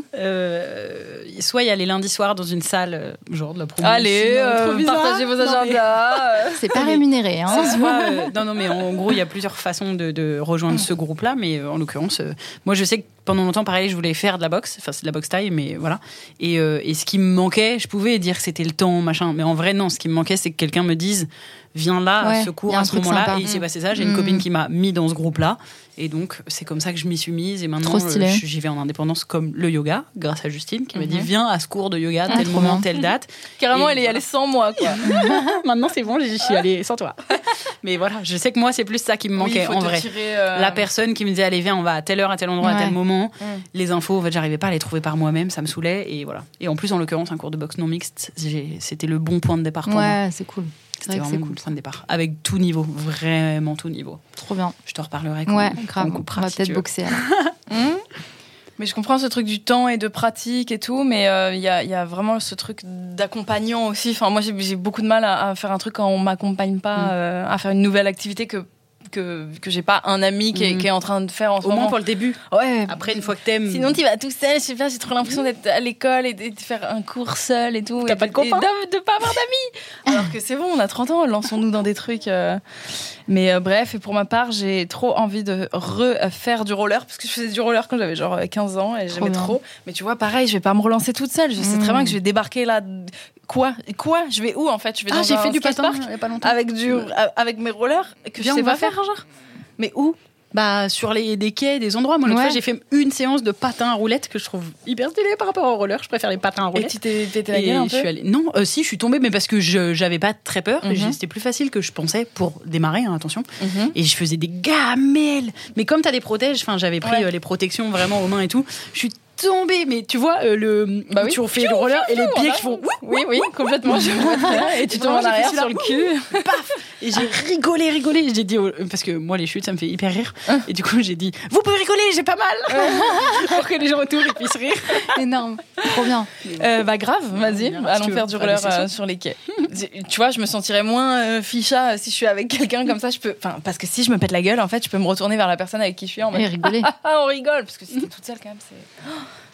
Euh, soit il y a les lundis soirs dans une salle, euh, genre de la promo. Allez, sinon, euh, trop bizarre. partagez vos Non, mais- agendas. euh. C'est pas rémunéré, hein. C'est soit, euh, non, non, mais en gros, il y a plusieurs façons de, de rejoindre ce groupe-là. Mais euh, en l'occurrence, euh, moi, je sais que pendant longtemps, pareil, je voulais faire de la boxe. Enfin, c'est de la boxe taille, mais voilà. Et, euh, et ce qui me manquait, je pouvais dire que c'était le temps, machin. Mais en vrai, non. Ce qui me manquait, c'est que quelqu'un me dise, viens là, Ouais, à ce cours, y a un à ce truc moment-là. sympa. Et il s'est passé ça. J'ai une Mm. copine qui m'a mis dans ce groupe-là. Et donc, c'est comme ça que je m'y suis mise. Et maintenant, Trop stylé. euh, j'y vais en indépendance comme le yoga, grâce à Justine, qui m'a dit, Mhm. viens à ce cours de yoga, Ah, tel trop moment, bien. telle date. Carrément, Et elle est voilà. allée sans moi, quoi. Maintenant, c'est bon, j'y suis allée sans toi. Mais voilà, je sais que moi, c'est plus ça qui me Oui, manquait il faut en te vrai. tirer, euh, La personne qui me disait, allez, viens, on va à telle heure, à tel endroit, à Ouais. tel moment. Mm. Les infos, en fait, j'arrivais pas à les trouver par moi-même, ça me saoulait. Et voilà. Et en plus, en l'occurrence, un cours de boxe non mixte, j'ai- c'était le bon point de départ pour moi. Ouais, c'est cool. C'est C'était vrai que c'est vraiment cool. le point de départ. Avec tout niveau, vraiment tout niveau. Trop bien. Je te reparlerai quand, Ouais, quand grave. on On coupera. va si peut-être tu veux. boxer. alors. Hum. Mais je comprends ce truc du temps et de pratique et tout, mais euh, il y, a, il y a vraiment ce truc d'accompagnant aussi. Enfin, moi, j'ai, j'ai beaucoup de mal à, à faire un truc quand on m'accompagne pas, Mm. euh, à faire une nouvelle activité que que, que j'ai pas un ami qui est, Mm. qui est en train de faire en ce Au moins moment. pour le début. Ouais. Après, une fois que t'aimes. Sinon, tu vas tout seul. Je sais pas, j'ai trop l'impression d'être à l'école et de de faire un cours seul et tout. T'as et pas de copains et de, de pas avoir d'amis. Alors que c'est bon, on a trente ans, lançons-nous dans des trucs. euh. Mais euh, bref, et pour ma part, j'ai trop envie de refaire du roller parce que je faisais du roller quand j'avais genre quinze ans et j'aimais bien. trop. Mais tu vois, pareil, je vais pas me relancer toute seule. Je sais Mm. très bien que je vais débarquer là. Quoi Quoi Je vais où en fait Je vais Ah, dans j'ai un fait du patin skatepark il y a pas longtemps. avec du avec mes rollers que Viens, je sais on va pas faire. genre. Mais où Bah, sur les, des quais, des endroits. Moi, l'autre Ouais. fois, j'ai fait une séance de patins à roulettes que je trouve hyper stylé par rapport au roller. Je préfère les patins à Et roulettes. tu t'es pété la Et gueule un je suis peu allée... Non, euh, si, je suis tombée, mais parce que je j'avais pas très peur. et Mhm. j'ai- C'était plus facile que je pensais pour démarrer, hein, attention. Mhm. Et je faisais des gamelles. Mais comme t'as des protèges, enfin, j'avais pris Ouais. euh, les protections vraiment aux mains et tout. Je suis tombée, mais tu vois, euh, le... Bah oui. tu refais le roller et les pieds qui font... Oui, oui, complètement. Je vois très bien. Et tu tombes Vraiment, en j'ai fait arrière celui-là. sur le cul. Paf. Et j'ai rigolé, rigolé. J'ai dit, au- parce que moi, les chutes, ça me fait hyper rire. Et du coup, j'ai dit, vous pouvez rigoler, j'ai pas mal. Pour que les gens autour ils puissent rire. Énorme. Trop bien. Euh, bah grave, vas-y, Bien, si allons tu veux faire du faire des roller euh, sessions. sur les quais. Tu vois, je me sentirais moins euh, ficha euh, si je suis avec quelqu'un comme ça. Je peux, enfin, parce que si je me pète la gueule, en fait, je peux me retourner vers la personne avec qui je suis en mode Et rigoler. ah, on rigole, parce que si t'es toute seule quand même, c'est.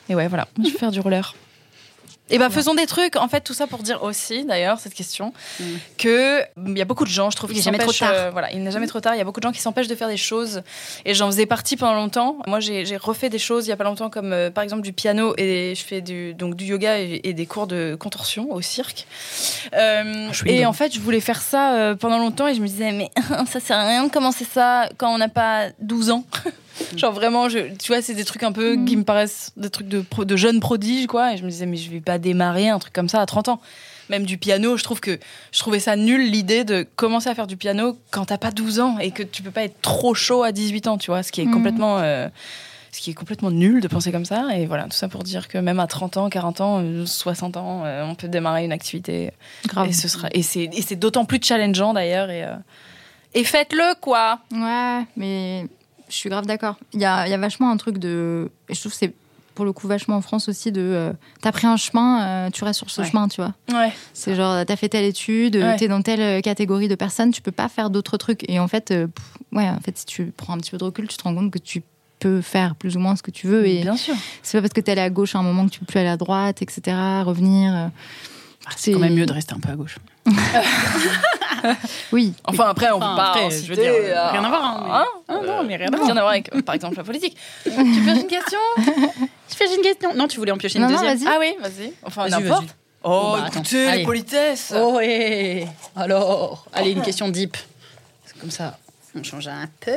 Et ouais, voilà, je vais faire du roller. Et bah, faisons des trucs. En fait, tout ça pour dire aussi, d'ailleurs, cette question, mm. que il y a beaucoup de gens, je trouve, il qui n'est jamais trop tard. Euh, voilà, il n'est jamais trop tard. Il y a beaucoup de gens qui s'empêchent de faire des choses. Et j'en faisais partie pendant longtemps. Moi, j'ai, j'ai refait des choses il y a pas longtemps, comme euh, par exemple du piano, et je fais du, donc du yoga et, et des cours de contorsion au cirque. Euh, et en fait, je voulais faire ça euh, pendant longtemps, et je me disais, mais ça sert à rien de commencer ça quand on n'a pas douze ans. Genre vraiment, je, tu vois, c'est des trucs un peu qui me paraissent des trucs de, de jeunes prodiges, quoi. Et je me disais, mais je vais pas démarrer un truc comme ça à trente ans. Même du piano, je trouve que je trouvais ça nul, l'idée de commencer à faire du piano quand t'as pas douze ans et que tu peux pas être trop chaud à dix-huit ans, tu vois. Ce qui est mmh. complètement, euh, ce qui est complètement nul de penser comme ça. Et voilà, tout ça pour dire que même à trente ans, quarante ans, soixante ans, euh, on peut démarrer une activité. Grave. Et ce sera, et c'est, et c'est d'autant plus challengeant d'ailleurs. Et, euh, et faites-le, quoi. Ouais, mais. Je suis grave d'accord. Il y a, il y a vachement un truc de... Et je trouve que c'est pour le coup vachement en France aussi de... Euh, t'as pris un chemin, euh, tu restes sur ce ouais. chemin, tu vois. Ouais. C'est genre, t'as fait telle étude, ouais. t'es dans telle catégorie de personnes, tu peux pas faire d'autres trucs. Et en fait, euh, pff, ouais, en fait, si tu prends un petit peu de recul, tu te rends compte que tu peux faire plus ou moins ce que tu veux. Et bien sûr. C'est pas parce que t'es allé à gauche à un moment que tu peux plus aller à droite, et cetera. Revenir... Euh, ah, c'est, c'est quand même mieux de rester un peu à gauche. Oui. Enfin, après, on peut enfin, pas après, citer, je veux dire, euh, rien à voir. Hein, mais... hein ah, non, mais rien à euh, voir. Rien à voir avec, par exemple, la politique. Tu poses une question Je fais une question. Non, tu voulais en piocher une non, deuxième. Non, vas-y. Ah oui, vas-y. Enfin, vas-y, n'importe. Vas-y. Oh, bah, écoutez, attends. les politesses. Oh, et alors, allez, une question deep. C'est comme ça, on change un peu.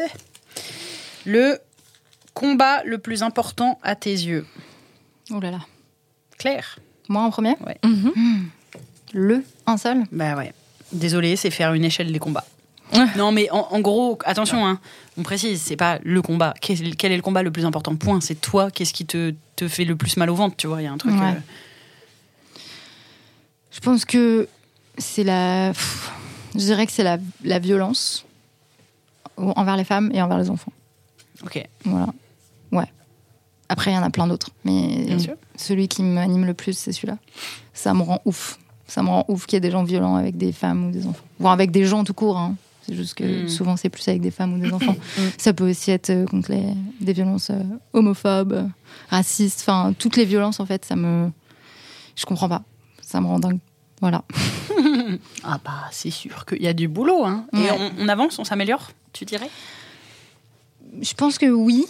Le combat le plus important à tes yeux. Oh là là. Claire. Moi en premier. Ouais. Mm-hmm. Mmh. Le un seul. Bah ouais. Désolée, c'est faire une échelle des combats. Non, mais en, en gros, attention, hein, on précise, c'est pas le combat. Quel, quel est le combat le plus important? Point. C'est toi, qu'est-ce qui te, te fait le plus mal au ventre, tu vois, il y a un truc... Ouais. Euh... Je pense que c'est la... Pff, je dirais que c'est la, la violence envers les femmes et envers les enfants. Ok. Voilà. Ouais. Après, il y en a plein d'autres. Mais Bien sûr. Celui qui m'anime le plus, c'est celui-là. Ça me rend ouf. Ça me rend ouf qu'il y ait des gens violents avec des femmes ou des enfants. Voire avec des gens tout court, hein. C'est juste que mmh. souvent, c'est plus avec des femmes ou des enfants. Mmh. Ça peut aussi être contre les, des violences euh, homophobes, euh, racistes, enfin, toutes les violences, en fait, ça me... Je comprends pas. Ça me rend dingue. Voilà. Ah bah, c'est sûr qu'il y a du boulot, hein. Ouais. Et on, on avance, on s'améliore, tu dirais? Je pense que oui.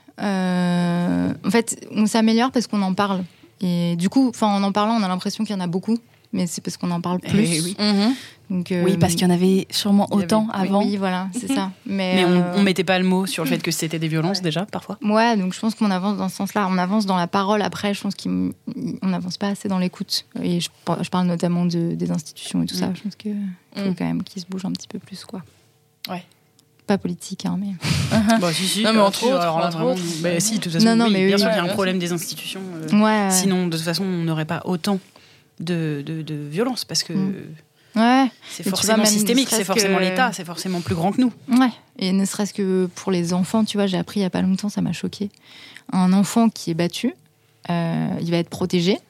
Euh, en fait, on s'améliore parce qu'on en parle. Et du coup, en en parlant, on a l'impression qu'il y en a beaucoup. Mais c'est parce qu'on en parle plus. Eh oui. Mmh. Donc, euh, oui, parce qu'il y en avait sûrement autant avait... avant. Oui, voilà, c'est ça. Mais, Mais euh... on, on mettait pas le mot sur le fait que c'était des violences, ouais. déjà, parfois. Ouais, donc je pense qu'on avance dans ce sens-là. On avance dans la parole. Après, je pense qu'on n'avance pas assez dans l'écoute. Et je, je parle notamment de, des institutions et tout mmh. ça. Je pense qu'il faut mmh. quand même qu'ils se bougent un petit peu plus, quoi. Ouais. Pas politique, hein, mais... bah, si, si. Non, mais entre autres. Alors, entre vraiment, autres. Bah, si, de toute façon, non, non, oui, mais bien oui, sûr ouais, qu'il y a un ouais, problème c'est... des institutions. Euh, ouais. Sinon, de toute façon, on n'aurait pas autant de, de, de violence, parce que... Mmh. Ouais. C'est forcément vois, systémique, c'est forcément que... l'État, c'est forcément plus grand que nous. Ouais. Et ne serait-ce que pour les enfants, tu vois, j'ai appris il y a pas longtemps, ça m'a choquée. Un enfant qui est battu, euh, il va être protégé.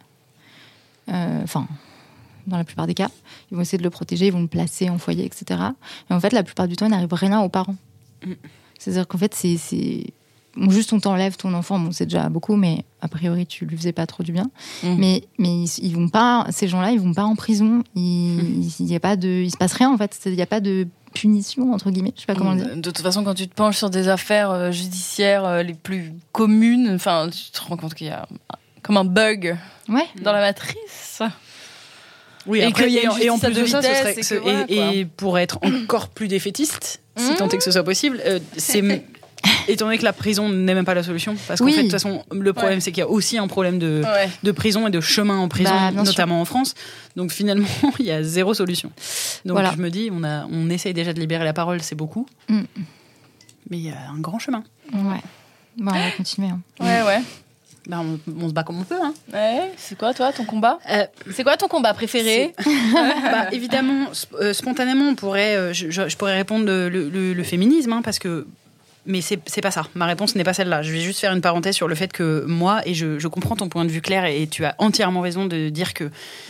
Enfin, euh, dans la plupart des cas, ils vont essayer de le protéger, ils vont le placer en foyer, et cetera. Et en fait, la plupart du temps, il n'arrive rien aux parents. Mm. C'est-à-dire qu'en fait, c'est, c'est... Bon, juste on t'enlève ton enfant, bon, c'est déjà beaucoup, mais a priori, tu lui faisais pas trop du bien. Mmh. Mais, mais ils, ils vont pas, ces gens-là, ils vont pas en prison. Il, mmh. il, il y a pas de, il se passe rien en fait. Il y a pas de punition entre guillemets. Je sais pas comment mmh. dire. De toute façon, quand tu te penches sur des affaires euh, judiciaires euh, les plus communes, enfin, tu te rends compte qu'il y a comme un bug ouais. dans la matrice. Oui, et, après, y a et, et en plus de ça, ce serait, et, ce, voilà, et, et pour être encore plus défaitiste, mmh. si tant est que ce soit possible, euh, c'est étant donné que la prison n'est même pas la solution, parce qu'en oui. fait, de toute façon, le problème, ouais. c'est qu'il y a aussi un problème de, ouais. de prison et de chemin en prison, bah, notamment sûr. en France. Donc finalement, il y a zéro solution. Donc voilà. je me dis, on, a, on essaye déjà de libérer la parole, c'est beaucoup, mmh. mais il y a un grand chemin. Ouais, bah, on va continuer. Hein. Ouais, ouais. Bah, on, on se bat comme on peut. Hein. Ouais, c'est quoi, toi, ton combat euh, C'est quoi ton combat préféré bah, évidemment, sp- euh, spontanément, on pourrait, euh, je, je, je pourrais répondre le, le, le féminisme, hein, parce que... Mais c'est, c'est pas ça. Ma réponse n'est pas celle-là. Je vais juste faire une parenthèse sur le fait que moi, et je, je comprends ton point de vue clair, et tu as entièrement raison de dire que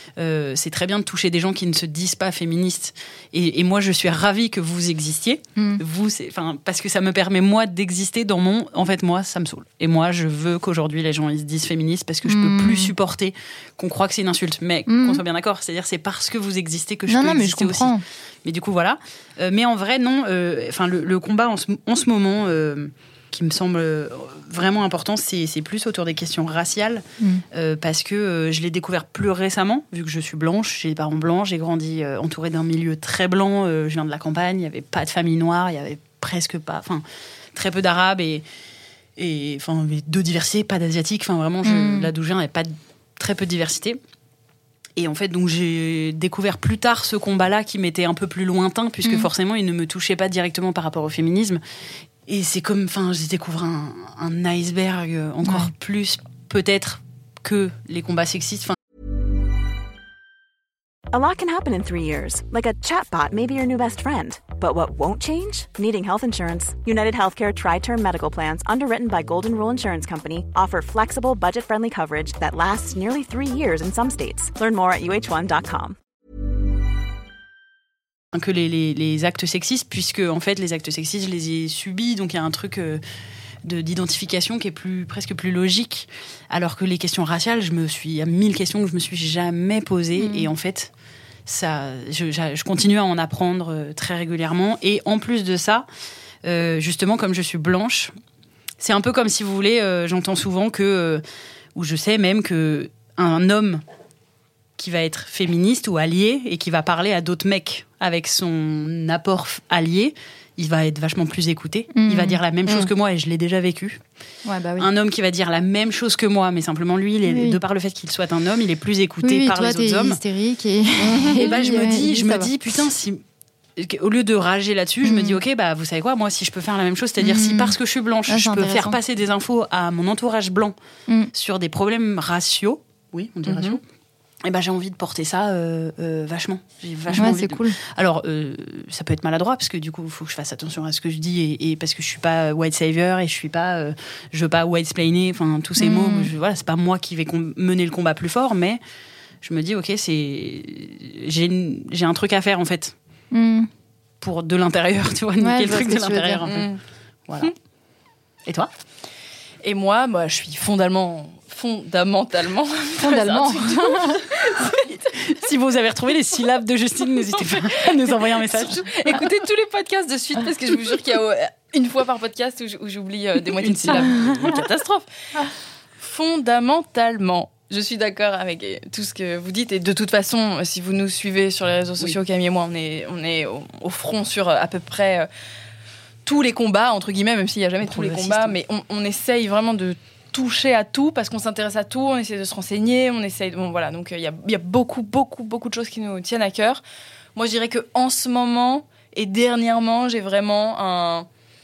Euh, c'est très bien de toucher des gens qui ne se disent pas féministes. Et, et moi, je suis ravie que vous existiez. Mm. Vous, c'est, enfin, parce que ça me permet, moi, d'exister dans mon... En fait, moi, ça me saoule. Et moi, je veux qu'aujourd'hui, les gens ils se disent féministes parce que je mm. peux plus supporter qu'on croit que c'est une insulte. Mais mm. qu'on soit bien d'accord, c'est-à-dire c'est parce que vous existez que je non, peux non, exister mais je comprends. aussi. Mais du coup, voilà. Euh, mais en vrai, non. Enfin, euh, le, le combat en ce, en ce moment... Euh, qui me semble vraiment important, c'est, c'est plus autour des questions raciales, mmh. euh, parce que euh, je l'ai découvert plus récemment, vu que je suis blanche, j'ai des parents blancs, j'ai grandi euh, entourée d'un milieu très blanc, euh, je viens de la campagne, il n'y avait pas de famille noire, il n'y avait presque pas, enfin, très peu d'arabes, et, et enfin, de diversité, pas d'asiatiques, enfin, vraiment, je, mmh. là d'où je viens, il n'y avait pas de, très peu de diversité. Et en fait, donc, j'ai découvert plus tard ce combat-là qui m'était un peu plus lointain, puisque mmh. forcément, il ne me touchait pas directement par rapport au féminisme. Et c'est comme, enfin, je découvre un, un iceberg encore ouais. plus, peut-être, que les combats sexistes. Enfin, a lot can happen in three years, like a chatbot may be your new best friend. But what won't change? Needing health insurance. United Healthcare Tri-Term Medical Plans, underwritten by Golden Rule Insurance Company, offer flexible, budget-friendly coverage that lasts nearly three years in some states. Learn more at U H one dot com. Que les, les, les actes sexistes, puisque en fait les actes sexistes je les ai subis, donc il y a un truc euh, de, d'identification qui est plus, presque plus logique, alors que les questions raciales, je me suis, il y a mille questions que je me suis jamais posées, mmh. et en fait ça, je, je continue à en apprendre euh, très régulièrement, et en plus de ça, euh, justement comme je suis blanche, c'est un peu comme si vous voulez, euh, j'entends souvent que, euh, ou je sais même que un homme qui va être féministe ou allié et qui va parler à d'autres mecs avec son apport allié, il va être vachement plus écouté. Mmh. Il va dire la même chose mmh. que moi, et je l'ai déjà vécu. Ouais, bah oui. Un homme qui va dire la même chose que moi, mais simplement lui, il est, oui. de par le fait qu'il soit un homme, il est plus écouté oui, par toi, les autres hommes. T'es hystérique et, et bah, je me dis, je me dis, putain, si au lieu de rager là-dessus, mmh. je me dis, ok, bah vous savez quoi, moi si je peux faire la même chose, c'est-à-dire mmh. si parce que je suis blanche, ah, je peux faire passer des infos à mon entourage blanc mmh. sur des problèmes raciaux, oui, on dit mmh. raciaux. Et ben j'ai envie de porter ça euh, euh, vachement. J'ai vachement ouais, envie c'est de... cool. Alors euh, ça peut être maladroit parce que du coup il faut que je fasse attention à ce que je dis et, et parce que je suis pas white savior et je suis pas, euh, je veux pas white-splainer. Enfin tous ces mmh. mots, je, voilà, c'est pas moi qui vais com- mener le combat plus fort, mais je me dis ok c'est, j'ai une, j'ai un truc à faire en fait mmh. pour de l'intérieur, tu vois, niquer ouais, le truc de l'intérieur un peu. Mmh. Voilà. Et toi? Et moi, moi, je suis fondamentalement. Fondamentalement. Fondamentalement. Si vous avez retrouvé les syllabes de Justine, n'hésitez pas à nous envoyer un message. Écoutez tous les podcasts de suite parce que je vous jure qu'il y a une fois par podcast où j'oublie des moitiés de syllabes. Une catastrophe. Fondamentalement. Je suis d'accord avec tout ce que vous dites et de toute façon, si vous nous suivez sur les réseaux sociaux, oui. Camille et moi, on est, on est au, au front sur à peu près tous les combats, entre guillemets, même s'il n'y a jamais tous les combats, mais on, on essaye vraiment de toucher à tout parce qu'on s'intéresse à tout, on essaie de se renseigner, on essaie, bon voilà, donc il euh, y, a, y a beaucoup, beaucoup, beaucoup de choses qui nous tiennent à cœur. Moi, je dirais que en ce moment et dernièrement, j'ai vraiment un,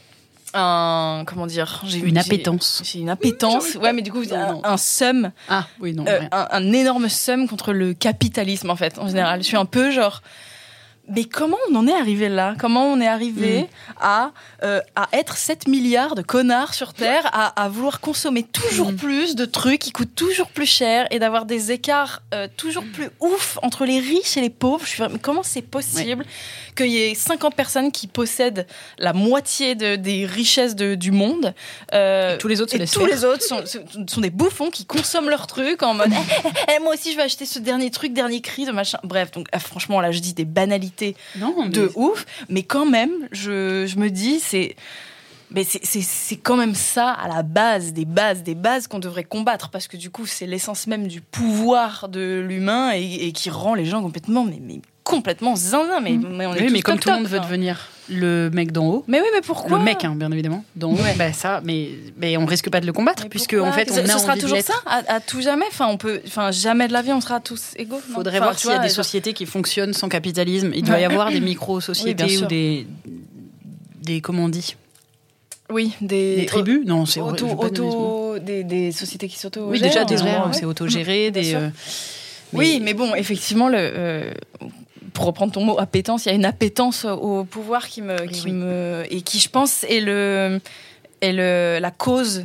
un comment dire, j'ai une appétence. J'ai, j'ai une appétence, ouais, mais du coup, un, un seum, ah oui non, euh, un, un énorme seum contre le capitalisme en fait, en général. Je suis un peu genre. Mais comment on en est arrivé là ? Comment on est arrivé mmh. à, euh, à être sept milliards de connards sur Terre, à, à vouloir consommer toujours mmh. plus de trucs qui coûtent toujours plus cher et d'avoir des écarts euh, toujours plus ouf entre les riches et les pauvres ? Je suis vraiment, comment c'est possible ouais. qu'il y ait cinquante personnes qui possèdent la moitié de, des richesses de, du monde euh, et tous les autres, et tous les autres sont, sont des bouffons qui consomment leurs trucs en mode hey, hey, hey, moi aussi je vais acheter ce dernier truc, dernier cri de machin. Bref, donc euh, franchement là je dis des banalités. Non, mais... de ouf, mais quand même, je, je me dis, c'est, mais c'est, c'est, c'est quand même ça à la base, des bases, des bases qu'on devrait combattre, parce que du coup, c'est l'essence même du pouvoir de l'humain et, et qui rend les gens complètement, mais, mais complètement zinzin. Mais, mmh. mais on est oui, tous mais comme top, tout le monde top, veut devenir le mec d'en haut. Mais oui, mais pourquoi ? Le mec, hein, bien évidemment, d'en haut. Ouais. Bah ça, mais, mais on risque pas de le combattre, mais puisque en fait, on ce, a ce envie sera de toujours l'être. ça, à, à tout jamais. Enfin, on peut, enfin, jamais de la vie, on sera tous égaux. Il faudrait enfin, voir s'il y a des genre... sociétés qui fonctionnent sans capitalisme. Il doit y avoir des micro-sociétés oui, ou des, des, comment on dit ? Oui, des, des tribus. O- non, c'est auto, auto, des, des sociétés qui s'auto. Oui, déjà des endroits où c'est autogéré. Des. Euh, mais... Oui, mais bon, effectivement, le. Euh, pour reprendre ton mot, appétence, il y a une appétence au pouvoir qui me, qui oui. me et qui, je pense, est, le, est le, la cause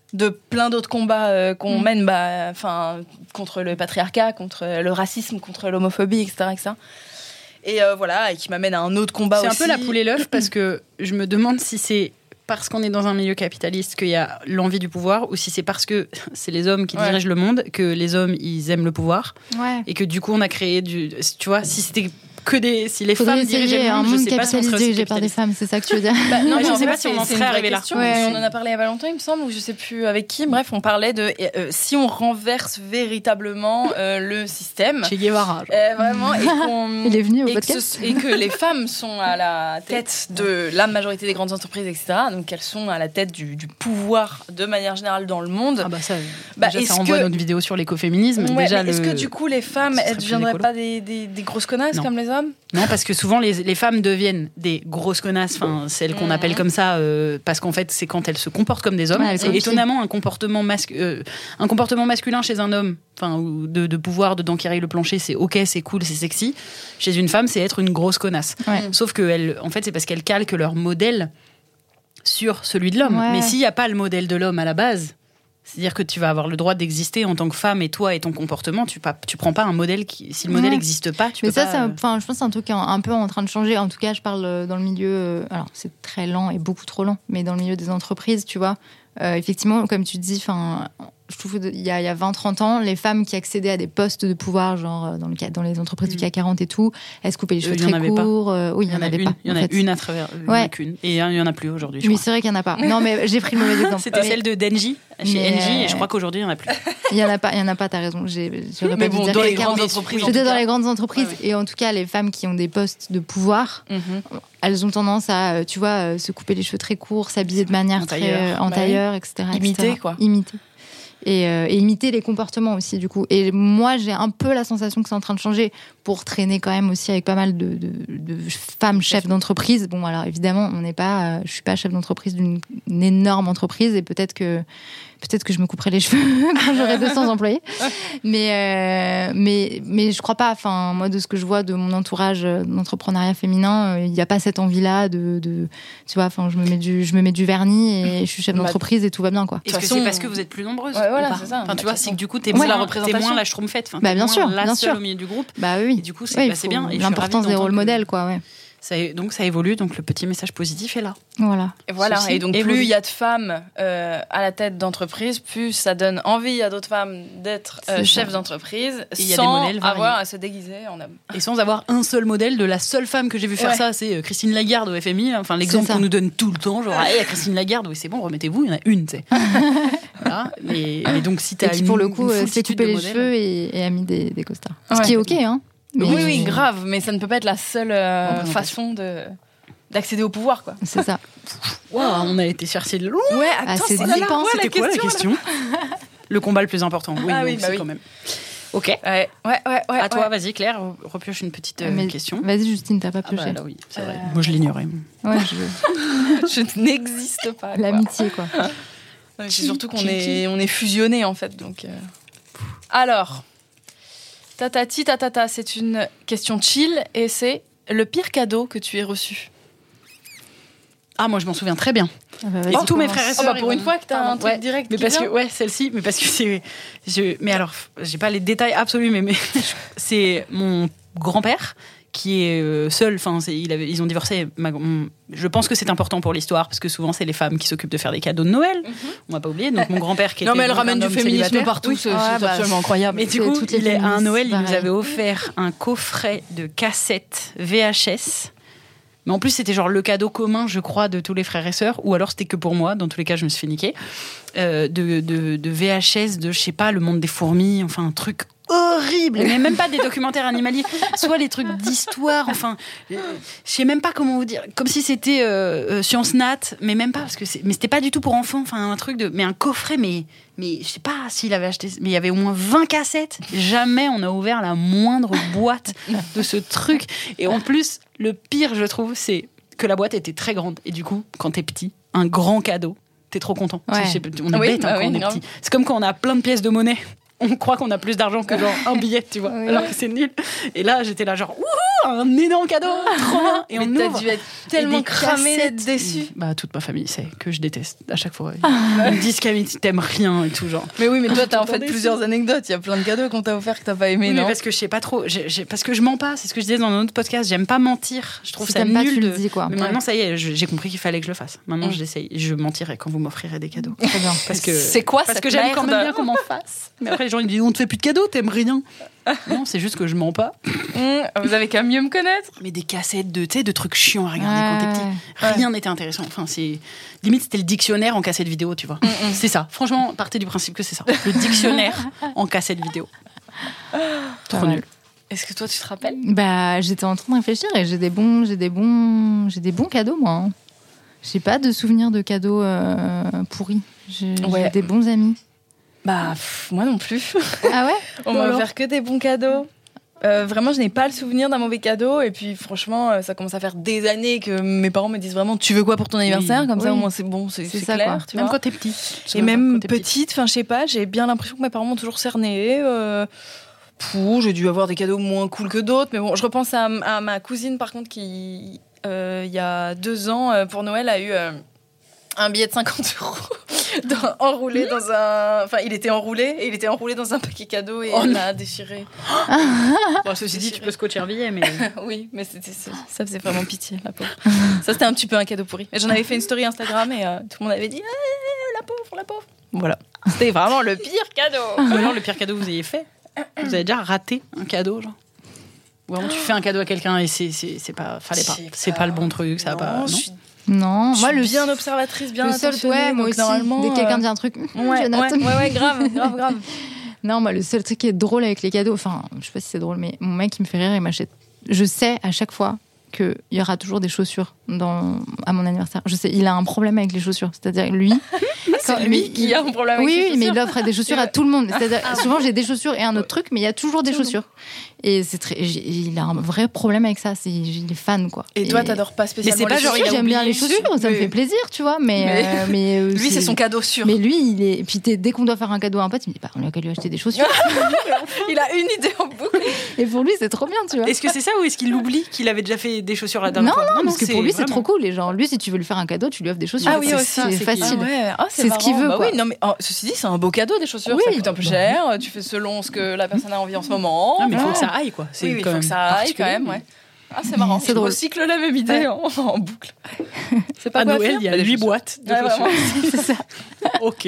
de plein d'autres combats euh, qu'on Mm. mène, bah, enfin, contre le patriarcat, contre le racisme, contre l'homophobie, et cetera, et cetera. Et euh, voilà, et qui m'amène à un autre combat C'est aussi. un peu la poule et l'œuf parce que je me demande si c'est parce qu'on est dans un milieu capitaliste qu'il y a l'envie du pouvoir ou si c'est parce que c'est les hommes qui Ouais. dirigent le monde que les hommes ils aiment le pouvoir Ouais. et que du coup on a créé du tu vois si c'était que des si les Faudrait femmes dirigeaient essayer le un monde, je monde sais pas si on capitaliste serait aussi dirigé par des capitaliste. femmes, c'est ça que tu veux dire? Bah, non, Ouais, mais je en sais fait, pas si on c'est- en c'est serait une vraie arrivé là. question. Ouais. On en a parlé il y a pas longtemps, il me semble, ou je sais plus avec qui. Bref, on parlait de euh, si on renverse véritablement euh, le système. Che Guevara. genre. Euh, vraiment, et, qu'on- Il est venu au et que podcast. ce- et que les femmes sont à la tête de la majorité des grandes entreprises, et cetera. Donc elles sont à la tête du, du pouvoir de manière générale dans le monde. Ah bah ça, Bah, déjà, ça est-ce renvoie que- à notre vidéo sur l'écoféminisme. Ouais, déjà, mais est-ce le- que du coup les femmes, ce serait elles ne plus deviendraient écolo. pas des, des, des grosses connasses Non. comme les hommes? Non, parce que souvent les, les femmes deviennent des grosses connasses, enfin celles qu'on Mhm. appelle comme ça, euh, parce qu'en fait c'est quand elles se comportent comme des hommes. Ouais, elles c'est copient. étonnamment un comportement, mascu- euh, un comportement masculin chez un homme, enfin ou de, de pouvoir, de d'enquérir le plancher, c'est ok, c'est cool, c'est sexy. Chez une femme, c'est être une grosse connasse. Ouais. Sauf que elles, en fait, c'est parce qu'elles calquent leur modèle sur celui de l'homme. Ouais. Mais s'il n'y a pas le modèle de l'homme à la base. C'est-à-dire que tu vas avoir le droit d'exister en tant que femme et toi et ton comportement, tu pas, tu prends pas un modèle qui, si le modèle Ouais. n'existe pas, tu Mais peux ça, pas. ça euh, enfin, je pense que c'est un truc qui est un, un peu en train de changer. En tout cas, je parle euh, dans le milieu. euh, alors, c'est très lent et beaucoup trop lent, mais dans le milieu des entreprises, tu vois. Euh, effectivement, comme tu dis, enfin, je trouve qu'il y a, il y a vingt trente ans, les femmes qui accédaient à des postes de pouvoir, genre euh, dans, le, ca- dans les entreprises du C A C quarante et tout, elles se coupaient les Euh, cheveux il y en très avait pas. courts. euh, oui, il y en a avait une, pas. il y en en a fait. une à travers, il y en Ouais. a qu'une. Et il y en a plus aujourd'hui, je Oui, crois. c'est vrai qu'il n'y en a pas. Non, mais j'ai pris le mauvais exemple. C'était Mais celle de Denji, chez Mais, Engie, euh, et je crois qu'aujourd'hui, il n'y en a plus. Il y en a pas, il y en a pas. T'as raison. J'ai, j'aurais Mais pas bon, dû dire dans les C A C grandes quarante. entreprises, en J'étais tout dans cas. les grandes entreprises Ouais, et en tout cas, les femmes qui ont des postes de pouvoir, Mhm. elles ont tendance à, euh, tu vois, euh, se couper les cheveux très courts, s'habiller de manière En très tailleur. euh, en Bah tailleur, et cetera et Imiter, cetera. quoi. Imiter. Et, euh, et imiter les comportements aussi, du coup. Et moi, j'ai un peu la sensation que c'est en train de changer pour traîner quand même aussi avec pas mal de, de, de femmes chefs d'entreprise. Bon, alors évidemment, on n'est pas, euh, je suis pas chef d'entreprise d'une une énorme entreprise et peut-être que peut-être que je me couperai les cheveux quand j'aurai deux cents employés. Mais euh, mais mais je crois pas. Enfin, moi, de ce que je vois de mon entourage euh, d'entrepreneuriat féminin, euh, il n'y a pas cette envie-là de, de tu vois. Enfin, je me mets du je me mets du vernis et je suis chef Bah, d'entreprise et tout va bien, quoi. Est-ce que façon, c'est parce que vous êtes plus nombreuses Ouais, voilà, ou pas c'est ça. Enfin, tu Bah, vois, de toute c'est que du coup, t'es Ouais, moins, la t'es représentation. moins la schtroumpfette. Enfin, Bah, t'es bien moins sûr, la bien seule sûr. au milieu du groupe. Bah oui. Et du coup, c'est Ouais, il bah, c'est faut bien. Et je suis l'importance ravie des rôles d'entendre que modèles, quoi. Ouais. ça é- donc ça évolue, donc le petit message positif est là. Voilà. Et voilà. Ceci Et donc, évolue. plus il y a de femmes euh, à la tête d'entreprise, plus ça donne envie à d'autres femmes d'être euh, C'est chefs ça. d'entreprise Et il y a des sans modèles variés. avoir à se déguiser en homme. Et sans avoir un seul modèle de la seule femme que j'ai vu faire Ouais. ça, c'est euh, Christine Lagarde au F M I. Enfin, l'exemple ça. qu'on nous donne tout le temps, genre, ah, il y a Christine Lagarde, oui, c'est bon, remettez-vous, il y en a une, tu sais. Voilà. Mais, mais donc, si Et t'as qui, une, pour le coup, une euh, s'est foultitude coupé de les modèles- cheveux et, et a mis des, des costards. Ce Ouais. qui est OK, hein. Mais oui, oui, grave. Mais ça ne peut pas être la seule euh, Représentation. façon de d'accéder au pouvoir, quoi. C'est ça. Waouh, on a été chercher de loin. Ouais, Ah, c'est c'est deep, hein. C'était quoi la question Le combat le plus important. Oui, Ah donc oui, bah c'est oui. quand même. Ok. Ouais, ouais, ouais, ouais. À toi, ouais. vas-y, Claire, repioche une petite euh, Mais question. Vas-y, Justine, t'as pas Ah bah, pioché. là, oui, c'est vrai. Euh, Moi, je l'ignorais. Ouais, je... Je n'existe pas. quoi. L'amitié, quoi. Non, mais C'est surtout qu'on Qui- est, on est fusionnés, en fait. Donc, euh. Alors, tatati tatata, c'est une question chill et c'est le pire cadeau que tu aies reçu. Ah, moi, je m'en souviens très bien. Ah bah, Et vas-y, tous mes commence. frères et Oh, sœurs. bah, pour ils une vont- fois que t'as un Pardon, truc ouais. direct Mais qui parce vient. que, ouais, celle-ci, mais parce que c'est. Je, mais alors, j'ai pas les détails absolus, mais, mais c'est mon grand-père qui est euh, seul. Enfin, c'est- il avait, ils ont divorcé. Ma- mon- je pense que c'est important pour l'histoire parce que souvent, c'est les femmes qui s'occupent de faire des cadeaux de Noël. On va pas oublier. Donc, mon grand-père qui Non, était mais elle donc ramène un du homme féminisme célibataire. partout, Oui. c'est Ouais, c'est bah, absolument incroyable. Mais du C'est coup, toutes les il est, à un féministes, Noël, il nous pareil. avait offert un coffret de cassettes V H S. Mais en plus, c'était genre le cadeau commun, je crois, de tous les frères et sœurs. Ou alors, c'était que pour moi. Dans tous les cas, je me suis fait niquer. Euh, de, de, de V H S, de, je sais pas, Le Monde des Fourmis. Enfin, un truc horrible. Mais même pas des documentaires animaliers. Soit les trucs d'histoire. Enfin, euh, je sais même pas comment vous dire. Comme si c'était euh, euh, Science Nat. Mais même pas, parce que c'est, mais c'était pas du tout pour enfants. Enfin, un truc de, mais un coffret, mais, mais je sais pas s'il avait acheté, mais il y avait au moins vingt cassettes. Jamais on a ouvert la moindre boîte de ce truc. Et en plus, le pire, je trouve, c'est que la boîte était très grande. Et du coup, quand t'es petit, un grand cadeau, t'es trop content. Ouais. Je sais pas, on est Oui, bête hein, bah quand oui, on est grave. petit. C'est comme quand on a plein de pièces de monnaie. On croit qu'on a plus d'argent que genre un billet, tu vois. Oui. Alors que c'est nul. Et là, j'étais là genre, wouhou, un énorme cadeau, trop bien. Et Mais on t'as ouvre. dû être Et tellement des cramé d'être cassettes. déçu. Bah, toute ma famille sait que je déteste à chaque fois. Ils me disent Camille, t'aimes rien et tout, genre. Mais oui, mais toi, t'as en Tout fait le temps plusieurs déçu. anecdotes. Il y a plein de cadeaux qu'on t'a offert que t'as pas aimé, Oui, mais non? parce que je sais pas trop, j'ai- j'ai- parce que je mens pas, c'est ce que je disais dans un autre podcast, j'aime pas mentir, je trouve Si ça t'aimes pas, nul tu de... le dis, quoi. Mais Ouais. maintenant ça y est, je- j'ai compris qu'il fallait que je le fasse. Maintenant Mm. je l'essaye, je mentirai quand vous m'offrirez des cadeaux. Très bien. Parce que C'est quoi Parce cette que j'aime quand même merde bien qu'on m'en fasse. Mais après les gens ils me disent on te fait plus de cadeaux, t'aimes rien. Non, c'est juste que je mens pas. Mmh, vous avez qu'à mieux me connaître. Mais des cassettes de, tu sais, de trucs chiants à regarder quand t'es Ouais. petit. Rien n'était intéressant. Enfin, c'est limite c'était le dictionnaire en cassette vidéo, tu vois. C'est ça. Franchement, partez du principe que c'est ça. Le dictionnaire en cassette vidéo. Trop Pas mal. nul. Est-ce que toi, tu te rappelles? Bah, j'étais en train de réfléchir et j'ai des bons, j'ai des bons, j'ai des bons cadeaux, moi. hein. J'ai pas de souvenirs de cadeaux euh, pourris. J'ai j'ai Ouais. des bons amis. Bah, pff, moi non plus. Ah ouais? On m'a Alors offert que des bons cadeaux. Euh, vraiment, je n'ai pas le souvenir d'un mauvais cadeau. Et puis, franchement, euh, ça commence à faire des années que mes parents me disent vraiment, tu veux quoi pour ton anniversaire? Comme ça, Oui. au moins, c'est bon, c'est C'est c'est ça, clair. quoi. Tu Même vois. quand t'es petit. Et même Quand t'es petite. petite, enfin, je sais pas, j'ai bien l'impression que mes parents m'ont toujours cernée. Euh, pou, j'ai dû avoir des cadeaux moins cool que d'autres. Mais bon, je repense à, à ma cousine, par contre, qui, euh, il y a deux ans, euh, pour Noël, a eu euh, un billet de cinquante euros. Dans- enroulé dans un. Enfin, il était enroulé et il était enroulé dans un paquet cadeau et Oh elle non. l'a déchiré. Bon, ceci dit, tu peux scotcher un billet, mais. Oui, mais c'était, ça ça faisait vraiment pitié, la pauvre. Ça, c'était un petit peu un cadeau pourri. Et j'en avais fait une story Instagram et euh, tout le monde avait dit ah, la pauvre, la pauvre. Voilà. C'était vraiment le pire cadeau. Ou alors le pire cadeau que vous ayez fait. Vous avez déjà raté un cadeau, genre. Ou vraiment tu fais un cadeau à quelqu'un et c'est, c'est, c'est pas. Fallait pas. Je sais C'est pas. pas le bon truc, ça va Non, pas. Non je suis, Non, je moi suis le bien observatrice, bien le seul, attentionnée, ouais, moi donc aussi. normalement, Dès que quelqu'un euh, dit un truc, hum, Ouais, Jonathan. ouais, ouais, ouais, grave, grave, grave. Non, moi, le seul truc qui est drôle avec les cadeaux, enfin, je sais pas si c'est drôle, mais mon mec, il me fait rire, il m'achète. Je sais à chaque fois qu'il y aura toujours des chaussures dans... à mon anniversaire. Je sais, il a un problème avec les chaussures. C'est-à-dire, lui. quand- C'est lui mais qui il- a un problème avec Oui, ses oui, mais chaussures. il offre des chaussures à tout le monde. C'est-à-dire, souvent, j'ai des chaussures et un autre truc, mais il y a toujours des Tout le chaussures. Et c'est très... j'ai- il a un vrai problème avec ça. C'est... Il est fan, quoi. Et toi, t'adores pas spécialement c'est pas les genre, chaussures, il a J'aime bien oublié les chaussures, ça me mais- fait plaisir, tu vois, mais. Mais- euh, mais euh, Lui, c'est son cadeau sûr. Mais lui, il est. Puis t'es- dès qu'on doit faire un cadeau à un pote, il me dit, bah, on lui a qu'à lui acheter des chaussures. Il a une idée en boucle. Et pour lui, c'est trop bien, tu vois. Est-ce que c'est ça ou est-ce qu'il oublie qu'il avait déjà fait des chaussures la Non, dernière non, fois parce que pour lui, c'est vraiment- trop cool. Et genre, lui, si tu veux lui faire un cadeau, tu lui offres des chaussures. Ah oui, c'est, aussi, c'est c'est qu'il- facile. Ah ouais, ah, c'est, C'est ce qu'il marrant. veut, Bah quoi. oui, non, mais oh, ceci dit, c'est un beau cadeau des chaussures. Oui, Ça coûte un peu bah cher. Tu fais selon ce que la personne a envie en ce moment. Ah, mais il faut Voilà. que ça aille, quoi. C'est Oui, oui, il quand faut même que ça aille quand particulier, même, mais- ouais. Ah, c'est marrant. C'est Je drôle. recycle la même idée en, en boucle. C'est pas À quoi Noël, faire il y a Bah, des huit chaussures. boîtes de Ouais, chaussures. vraiment. C'est ça. Ok.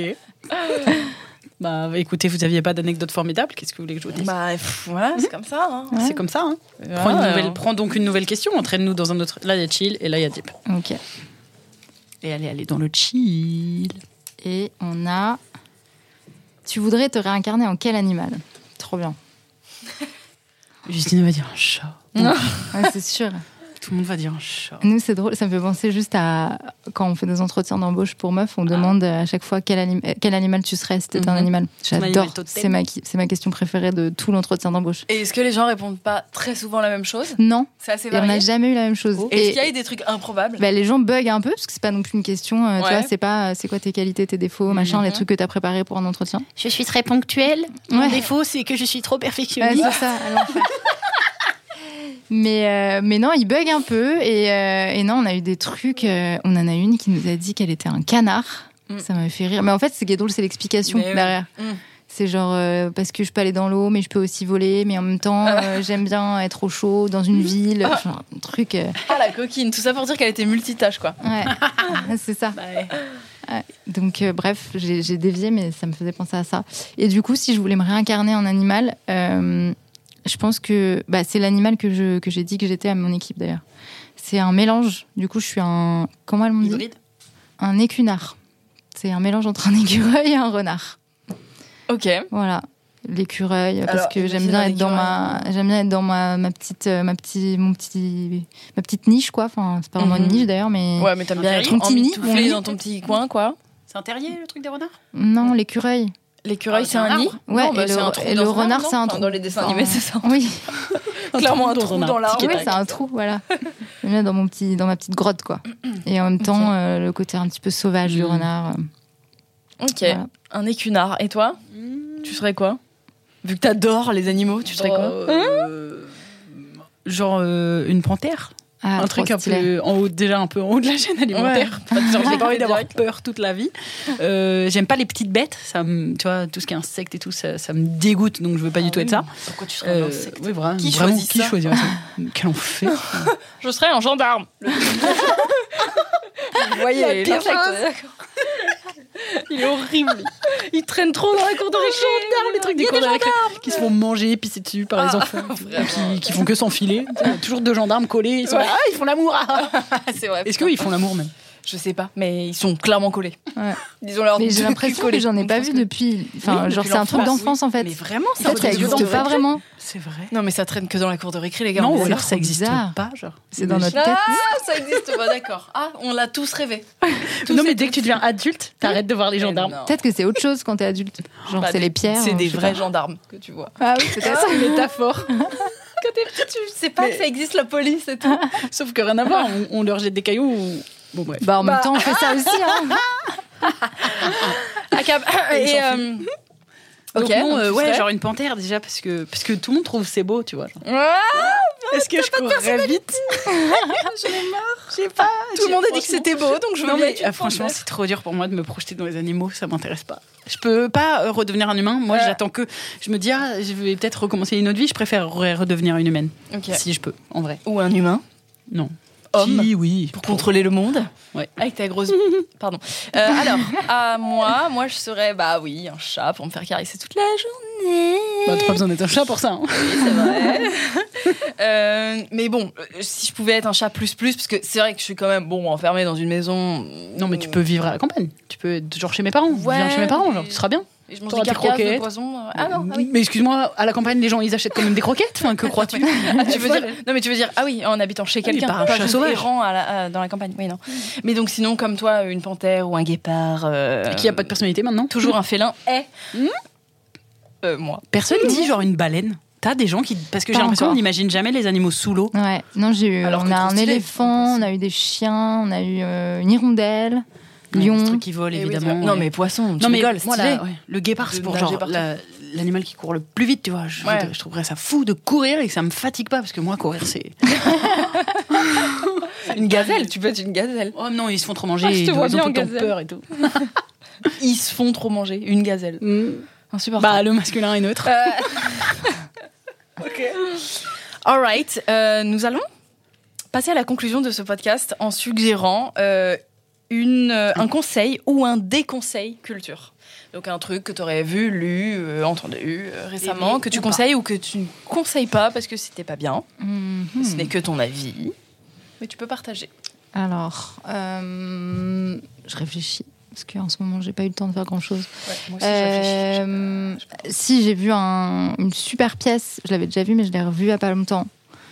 Bah, écoutez, vous n'aviez pas d'anecdote formidable. Qu'est-ce que vous voulez que je vous dise Bah, pff, voilà, c'est comme ça. Hein. C'est comme ça. Hein. Voilà, Prends, une alors. nouvelle, prends donc une nouvelle question. Entraîne-nous dans un autre. Là, il y a chill et là, il y a deep. Ok. Et allez, allez dans le chill. Et on a. Tu voudrais te réincarner en quel animal? Trop bien. Justine va dire un chat. Ouais, c'est sûr. Tout le monde va dire un chat. Nous, c'est drôle, ça me fait penser juste à quand on fait des entretiens d'embauche pour meufs, on demande à chaque fois quel, anim- euh, quel animal tu serais si t'étais un Mhm. animal. Ton animal J'adore. totem. C'est ma, qui- c'est ma question préférée de tout l'entretien d'embauche. Et est-ce que les gens répondent pas très souvent la même chose? Non, C'est assez et on n'a varié. jamais eu la même chose. Et est-ce Et qu'il y a eu des trucs improbables? bah, les gens bug un peu parce que c'est pas non plus une question. euh, Tu Ouais. vois, c'est pas euh, c'est quoi tes qualités, tes défauts, machin, Mhm. les trucs que t'as préparés pour un entretien. Je suis très ponctuelle. Ouais. défaut, c'est que je suis trop Ouais, perfectionniste. c'est ça, à l'enfer. Mais, euh, mais non, il bug un peu. Et, euh, et non, on a eu des trucs. euh, on en a une qui nous a dit qu'elle était un canard. Mm. Ça m'avait fait rire. Mais en fait, ce qui est drôle, c'est l'explication Mais oui. derrière. Mm. C'est genre, euh, parce que je peux aller dans l'eau, mais je peux aussi voler. Mais en même temps, euh, j'aime bien être au chaud, dans une ville. Enfin, un truc. euh, Ah, la coquine. Tout ça pour dire qu'elle était multitâche, quoi. ouais, c'est ça. Bah, ouais. Ouais. Donc, euh, bref, j'ai j'ai dévié, mais ça me faisait penser à ça. Et du coup, si je voulais me réincarner en animal, euh, je pense que bah, c'est l'animal que je- que j'ai dit que j'étais à mon équipe d'ailleurs. C'est un mélange. Du coup, je suis un. Comment elles m'ont dit? Hybride. Un écunard. C'est un mélange entre un écureuil et un renard. Ok. Voilà. L'écureuil, parce Alors, que j'aime imagine bien un être dans ma, j'aime bien être dans ma, ma petite, euh, ma petit, mon petit, ma petite niche quoi. Enfin, c'est pas vraiment Mhm. une niche d'ailleurs, mais Ouais, mais t'aimes bien Un être terrier. Ton petit nid, mon emmitouflé nid. dans ton petit coin, quoi. C'est un terrier, le truc des renards non, l'écureuil. L'écureuil, Ah, c'est c'est un un nid. arbre. Ouais, Non, bah, et c'est le- un trou et dans le un renard, arbre, c'est un non trou. Enfin, dans les dessins Enfin, animés, c'est ça. Oui, Clairement un dans trou un dans arbre. l'arbre. ouais, c'est un trou, voilà. J'aime bien dans mon petit, dans ma petite grotte quoi. Et en même temps, euh, le côté un petit peu sauvage du Mm. renard. euh, Ok. Voilà. Un écunard. Et toi, tu serais quoi? Vu que t'adores les animaux, tu serais quoi? Euh, Genre euh, une panthère. Ah, un truc un peu en haut, déjà un peu en haut de la chaîne alimentaire. Ouais. Enfin, genre, j'ai pas envie d'avoir peur toute la vie. Euh, j'aime pas les petites bêtes. Ça me, tu vois, tout ce qui est insectes et tout, ça, ça me dégoûte. Donc je veux pas ah du tout oui. être ça. Pourquoi tu serais euh, un insecte oui, vraiment, Qui vraiment, choisit qui ça choisirait ça Quel enfer. Je serais un gendarme. Vous voyez l'insecte. Il est horrible. Il traîne trop dans la cour de récré. Les trucs des cours de récré qui se font manger, pisser dessus par ah, les enfants, qui, qui font que s'enfiler. Toujours deux gendarmes collés. Ils sont ouais. là, ah, ils font l'amour. C'est vrai. Est-ce qu'ils font l'amour même? Je sais pas, mais ils sont clairement collés. Ouais. Disons leur. Mais j'ai l'impression que j'en ai pas vu depuis. Enfin, oui, genre c'est un truc d'enfance en fait. Mais vraiment, ça n'existe pas vraiment. C'est vrai. Non, mais ça traîne que dans la cour de récré, les gars. Non, ou alors ça existe pas, genre. C'est dans notre tête. Ah, ça existe pas, d'accord. Ah, on l'a tous rêvé. Non, mais dès que tu deviens adulte, t'arrêtes de voir les gendarmes. Peut-être que c'est autre chose quand t'es adulte. Genre c'est les pierres. C'est des vrais gendarmes que tu vois. Ah oui, peut-être. C'est une métaphore. Quand t'es petit, tu sais pas que ça existe la police et tout. Sauf que rien à voir. On leur jette des cailloux. Bon, bref. Bah, en même bah. temps, on fait ça aussi, hein. Et, euh... Donc, okay, non, euh, ouais, genre une panthère, déjà, parce que, parce que tout le monde trouve c'est beau, tu vois. Genre. Ah, Est-ce que je courrais vite? J'en ai marre. Je sais pas. Tout le monde a dit que c'était beau, donc je veux mais, euh, franchement, c'est trop dur pour moi de me projeter dans les animaux, ça m'intéresse pas. Je peux pas euh, redevenir un humain. Moi, ouais. j'attends que. Je me dis, ah, je vais peut-être recommencer une autre vie, je préfère redevenir une humaine. Okay. Si je peux, en vrai. Ou un humain. Non. Homme, si, oui, pour contrôler le monde. Ouais. Avec ta grosse. Pardon. Euh, alors, à moi, moi, je serais, bah oui, un chat pour me faire caresser toute la journée. Bah, t'as pas besoin d'être un chat pour ça. Hein. Oui, c'est vrai. euh, mais bon, si je pouvais être un chat plus plus, parce que c'est vrai que je suis quand même bon enfermée dans une maison. Non, mais tu peux vivre à la campagne. Tu peux être genre chez mes parents. Ouais, viens chez mes parents, genre, tu seras bien. Et je mange des carcasses de poisson. Ah non, ah oui. Mais excuse-moi, à la campagne, les gens, ils achètent quand même des croquettes. Enfin, que crois-tu? Ah, tu veux dire Non, mais tu veux dire, ah oui, en habitant chez quelqu'un, pas un chat sauvage errant à la, à, dans la campagne. Oui, non. Mais donc, sinon, comme toi, une panthère ou un guépard, euh, qui a pas de personnalité maintenant. Toujours un félin. Est mmh. euh, moi. Personne mmh. dit genre une baleine. T'as des gens qui, parce que pas j'ai l'impression qu'on n'imagine jamais les animaux sous l'eau. Ouais. Non, j'ai eu. Alors on a un stylé, éléphant, on a eu des chiens, on a eu euh, une hirondelle. Lion. Ouais, truc qui vole, évidemment. Oui, non, mais poisson, tu non, mais rigoles, moi, la, ouais. Le guépard, c'est pour genre la, l'animal qui court le plus vite, tu vois. Je, ouais. je trouverais ça fou de courir et que ça me fatigue pas, parce que moi, courir, c'est... Une gazelle, tu peux être une gazelle. Oh non, ils se font trop manger, ah, ils, ils ont tout le temps peur et tout. Ils se font trop manger, une gazelle. Mm. Insupportable. Bah, le masculin est neutre. Euh... ok. All right, euh, nous allons passer à la conclusion de ce podcast en suggérant... Euh, Une, euh, un conseil ou un déconseil culture. Donc un truc que tu aurais vu, lu, euh, entendu euh, récemment, que tu conseilles ou que tu ne conseilles pas parce que c'était pas bien. Mm-hmm. Ce n'est que ton avis, mais tu peux partager. Alors, euh, je réfléchis parce qu'en ce moment j'ai pas eu le temps de faire grand chose. Ouais, moi aussi, euh, je réfléchis. Je si j'ai vu un, une super pièce, je l'avais déjà vue mais je l'ai revue il y a pas longtemps.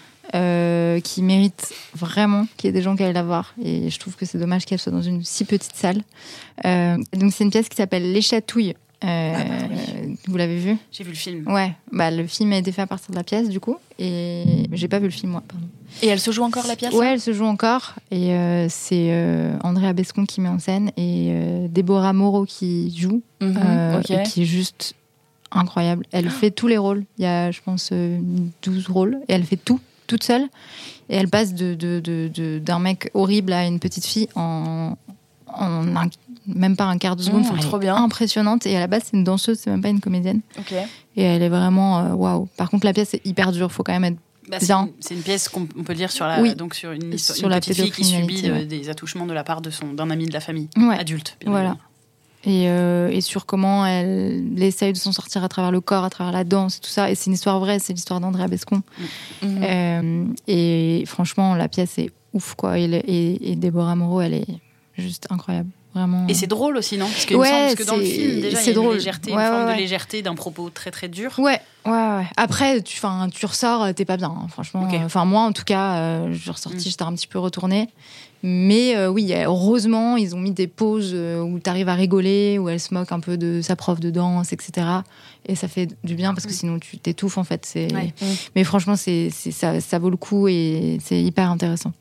Euh, qui mérite vraiment qu'il y ait des gens qui aillent la voir. Et je trouve que c'est dommage qu'elle soit dans une si petite salle. Euh, donc c'est une pièce qui s'appelle Les Chatouilles. Euh, ah bah oui. Vous l'avez vu? J'ai vu le film. Ouais, bah, le film a été fait à partir de la pièce, du coup. Et j'ai pas vu le film, moi, pardon. Et elle se joue encore, la pièce? Ouais, elle se joue encore. Et euh, c'est euh, Andrea Bescon qui met en scène et euh, Déborah Moreau qui joue. Mm-hmm, euh, okay. Et qui est juste incroyable. Elle oh. fait tous les rôles. Il y a, je pense, euh, douze rôles. Et elle fait tout. Toute seule, et elle passe de, de, de, de, d'un mec horrible à une petite fille en, en un, même pas un quart de seconde. Mmh, enfin, trop elle est bien. Impressionnante. Et à la base, c'est une danseuse, c'est même pas une comédienne. Okay. Et elle est vraiment waouh. Wow. Par contre, la pièce est hyper dure. Faut quand même être bah, bien. C'est une, c'est une pièce qu'on peut lire sur la, oui. donc sur une, sur une la petite fille qui subit de, ouais. des attouchements de la part de son d'un ami de la famille, ouais. adulte. Bien voilà. évidemment. Et, euh, et sur comment elle essaye de s'en sortir à travers le corps, à travers la danse et tout ça. Et c'est une histoire vraie, c'est l'histoire d'Andrea Bescon. Mmh. Euh, et franchement, la pièce est ouf, quoi. Et, et, et Déborah Moreau, elle est juste incroyable. Vraiment. Et c'est drôle aussi, non? Parce qu'il ouais, me semble que dans le film, déjà, c'est il y a drôle. une légèreté, ouais, une forme ouais. de légèreté d'un propos très très dur. Ouais, ouais, ouais. Après, tu, tu ressors, t'es pas bien, hein, franchement. Enfin, okay. moi, en tout cas, euh, je suis ressortie, mmh. j'étais un petit peu retournée. Mais euh, oui, heureusement, ils ont mis des pauses où t'arrives à rigoler, où elle se moque un peu de sa prof de danse, et cetera. Et ça fait du bien parce que sinon tu t'étouffes, en fait. C'est... Ouais. Mais franchement, c'est, c'est, ça, ça vaut le coup et c'est hyper intéressant.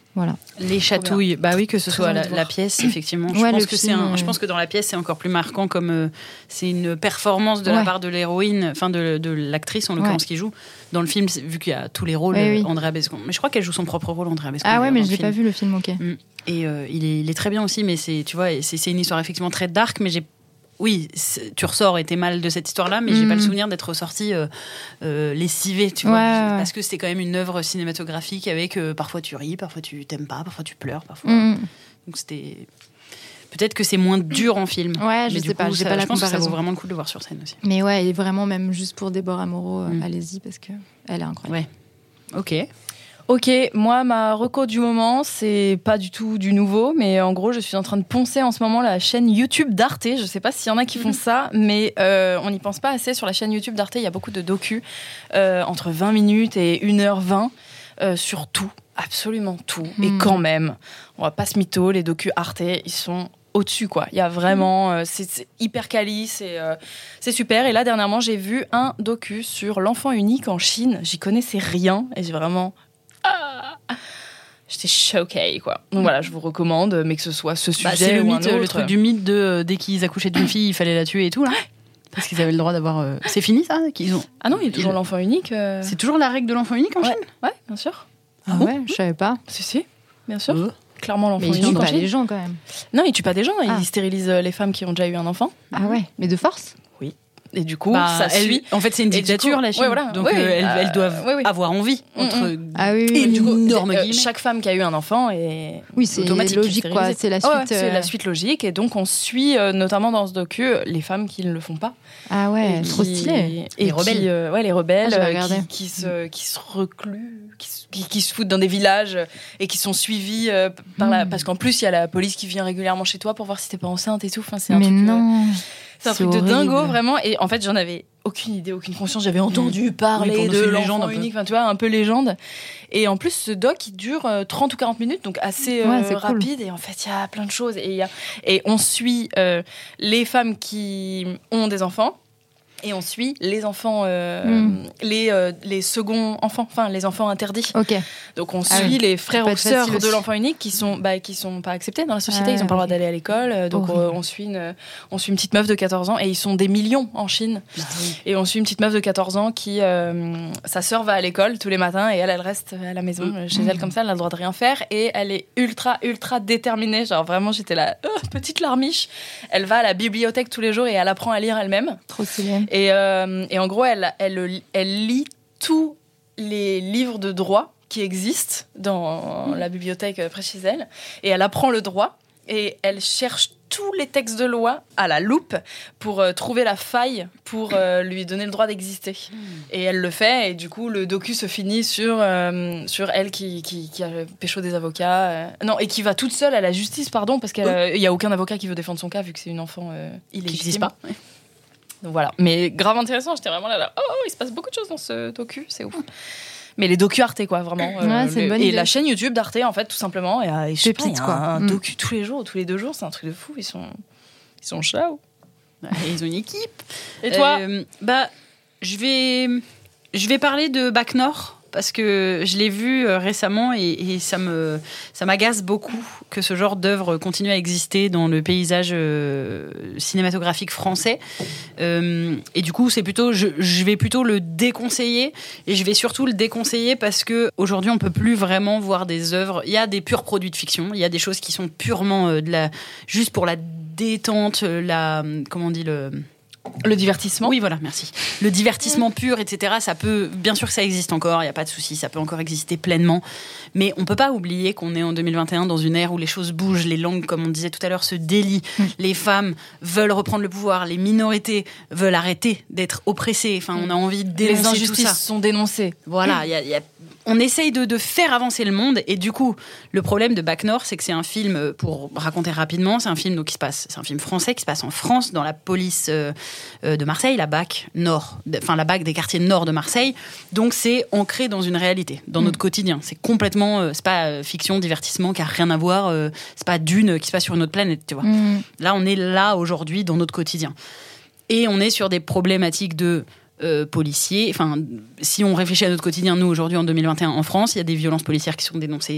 Voilà. Les chatouilles, bah oui, que ce Très soit envie la, de voir. la pièce, effectivement. Je, Ouais, pense le que film, c'est un, euh, je pense que dans la pièce, c'est encore plus marquant, comme euh, c'est une performance de la Ouais. part de l'héroïne, enfin de, de l'actrice en l'occurrence Ouais. qui joue. Dans le film, c'est- vu qu'il y a tous les rôles, Ouais, euh, oui. Andrea Bescon. Mais je crois qu'elle joue son propre rôle, Andrea Bescon. Ah ouais, d'ailleurs, mais dans je le l'ai pas film. vu le film, ok. Mm. Et euh, il, est, il est très bien aussi, mais c'est, tu vois, c'est, c'est une histoire effectivement très dark, mais j'ai oui, c'est- tu ressors et t'es mal de cette histoire-là, mais j'ai Mm. pas le souvenir d'être ressortie euh, euh, lessivée, tu Ouais, vois, ouais, ouais. parce que c'était quand même une œuvre cinématographique avec euh, parfois tu ris, parfois tu t'aimes pas, parfois tu pleures, parfois. Mm. Donc c'était peut-être que c'est moins dur en film. Ouais, je mais sais du pas, coup, j'ai ça- pas la je pense que ça vaut comparaison. vraiment le coup de le voir sur scène aussi. Mais ouais, et vraiment, même juste pour Déborah Moreau, euh, Mm. allez-y, parce que elle est incroyable. Ouais. Ok. Ok, moi, ma reco du moment, c'est pas du tout du nouveau, mais en gros, je suis en train de poncer en ce moment la chaîne YouTube d'Arte. Je sais pas s'il y en a qui font ça, mais euh, on n'y pense pas assez. Sur la chaîne YouTube d'Arte, il y a beaucoup de docus, euh, entre vingt minutes et une heure vingt, euh, sur tout, absolument tout. Et Mm. quand même, on va pas se mytho, les docus Arte, ils sont au-dessus, quoi. Il y a vraiment, euh, c'est, c'est hyper quali, c'est, euh, c'est super. Et là, dernièrement, j'ai vu un docu sur l'enfant unique en Chine. J'y connaissais rien et j'ai vraiment... Ah, j'étais choquée, quoi. Donc voilà, je vous recommande, mais que ce soit ce sujet Bah, c'est le ou un mythe, autre. le truc du mythe de euh, dès qu'ils accouchaient d'une fille, il fallait la tuer et tout là. Parce qu'ils avaient le droit d'avoir. euh, C'est fini ça qu'ils ont. Ah non, il y a toujours Il- l'enfant unique. euh. C'est toujours la règle de l'enfant unique en Ouais. Chine. Ouais, bien sûr. Ah ouais, je savais pas. Si, si, bien sûr. Euh. Clairement, l'enfant Mais ils unique tuent en pas Chine. les gens quand même. Non, il tue pas des gens, Ah. il stérilise les femmes qui ont déjà eu un enfant. Ah ouais, mais de force. Et du coup, Bah, ça elle- suit. En fait, c'est une Et du dictature coup- la Chine. ouais, voilà. Donc Oui, euh, elles, euh, elles doivent oui, oui. avoir envie entre. Ah oui, oui, Et oui. du coup, énorme euh, guillemets. chaque femme qui a eu un enfant est Oui, c'est automatique, logique quoi. stérilisée. C'est la Ah ouais, suite. c'est euh, la suite logique. Et donc, on suit euh, notamment dans ce docu les femmes qui ne le font pas. Ah ouais, Et trop qui- stylé. Et Les rebelles. qui, euh, ouais, les rebelles Ah, je vais euh, regarder. qui, qui se, qui se recluent, qui, se- qui, qui se foutent dans des villages et qui sont suivis euh, par la. Mm. Parce qu'en plus, il y a la police qui vient régulièrement chez toi pour voir si t'es pas enceinte et tout. Enfin, c'est un Mais truc, euh, non. c'est un truc de horrible. dingo, vraiment. Et en fait, j'en avais aucune idée, aucune conscience. J'avais entendu parler Oui, pour nous, de c'est une légende, l'enfant un peu. unique, enfin, tu vois, un peu légende. Et en plus, ce doc, il dure euh, trente ou quarante minutes, donc assez euh, Ouais, c'est cool. rapide. Et en fait, il y a plein de choses. Et, il y a... et on suit euh, les femmes qui ont des enfants. Et on suit les enfants, euh, Mm. les, euh, les seconds enfants, enfin les enfants interdits. Ok. Donc on Ah suit oui. les frères pas ou être sœurs facile de aussi. l'enfant unique qui sont bah, qui sont pas acceptés dans la société, Ah, ils ont pas le droit ok. d'aller à l'école, euh, donc Horrible. euh, on suit une on suit une petite meuf de quatorze ans et ils sont des millions en Chine. Et on suit une petite meuf de quatorze ans qui euh, sa sœur va à l'école tous les matins et elle elle reste à la maison euh, chez elle comme ça, elle a le droit de rien faire et elle est ultra ultra déterminée, genre vraiment j'étais là euh, petite larmiche. Elle va à la bibliothèque tous les jours et elle apprend à lire elle-même. Trop stylé. Et, euh, et en gros, elle, elle, elle lit tous les livres de droit qui existent dans la bibliothèque près de chez elle. Et elle apprend le droit. Et elle cherche tous les textes de loi à la loupe pour euh, trouver la faille pour euh, lui donner le droit d'exister. Et elle le fait. Et du coup, le docu se finit sur, euh, sur elle qui, qui, qui a pécho des avocats. euh, non, et qui va toute seule à la justice, pardon, parce qu'il n'y a aucun avocat qui veut défendre son cas vu que c'est une enfant euh, Qui illégitime. n'existe pas. Donc voilà, mais grave intéressant, j'étais vraiment là, là. Oh, il se passe beaucoup de choses dans ce docu, c'est ouf. Mais les docus Arte, quoi, vraiment. Ouais, c'est une bonne et idée. la chaîne YouTube d'Arte, en fait, tout simplement. Et, euh, et je sais pas, il y Pépite, a quoi. un Mm. docu tous les jours, tous les deux jours, c'est un truc de fou, ils sont, ils sont chauds. Ouais, ils ont une équipe. Et toi Euh, Bah, je vais, je vais parler de Bac Nord parce que je l'ai vu euh, récemment et, et ça me, ça m'agace beaucoup que ce genre d'œuvre continue à exister dans le paysage euh, cinématographique français. Euh, et du coup, c'est plutôt, je, je vais plutôt le déconseiller et je vais surtout le déconseiller parce que aujourd'hui, on peut plus vraiment voir des œuvres. Il y a des purs produits de fiction, il y a des choses qui sont purement euh, de la, juste pour la détente, la, comment on dit le. Le divertissement. Oui, voilà, merci. Le divertissement pur, et cetera, ça peut, bien sûr que ça existe encore, il n'y a pas de souci, ça peut encore exister pleinement. Mais on ne peut pas oublier qu'on est en deux mille vingt et un dans une ère où les choses bougent, les langues, comme on disait tout à l'heure, se délient, les femmes veulent reprendre le pouvoir, les minorités veulent arrêter d'être oppressées. Enfin, on a envie de dénoncer Les tout injustices ça. sont dénoncées. Voilà, il y a, il y a- on essaye de, de faire avancer le monde et du coup, le problème de Bac Nord, c'est que c'est un film, euh, pour raconter rapidement, c'est un film donc, qui se passe, c'est un film français qui se passe en France, dans la police euh, euh, de Marseille, la BAC Nord, de- enfin la BAC des quartiers nord de Marseille. Donc c'est ancré dans une réalité, dans notre quotidien. C'est complètement, euh, c'est pas euh, fiction, divertissement, qui a rien à voir. euh, c'est pas Dune qui se passe sur une autre planète, tu vois. Mm. Là, on est là aujourd'hui dans notre quotidien. Et on est sur des problématiques de euh, policiers. Enfin, si on réfléchit à notre quotidien, nous, aujourd'hui, en deux mille vingt et un, en France, il y a des violences policières qui sont dénoncées,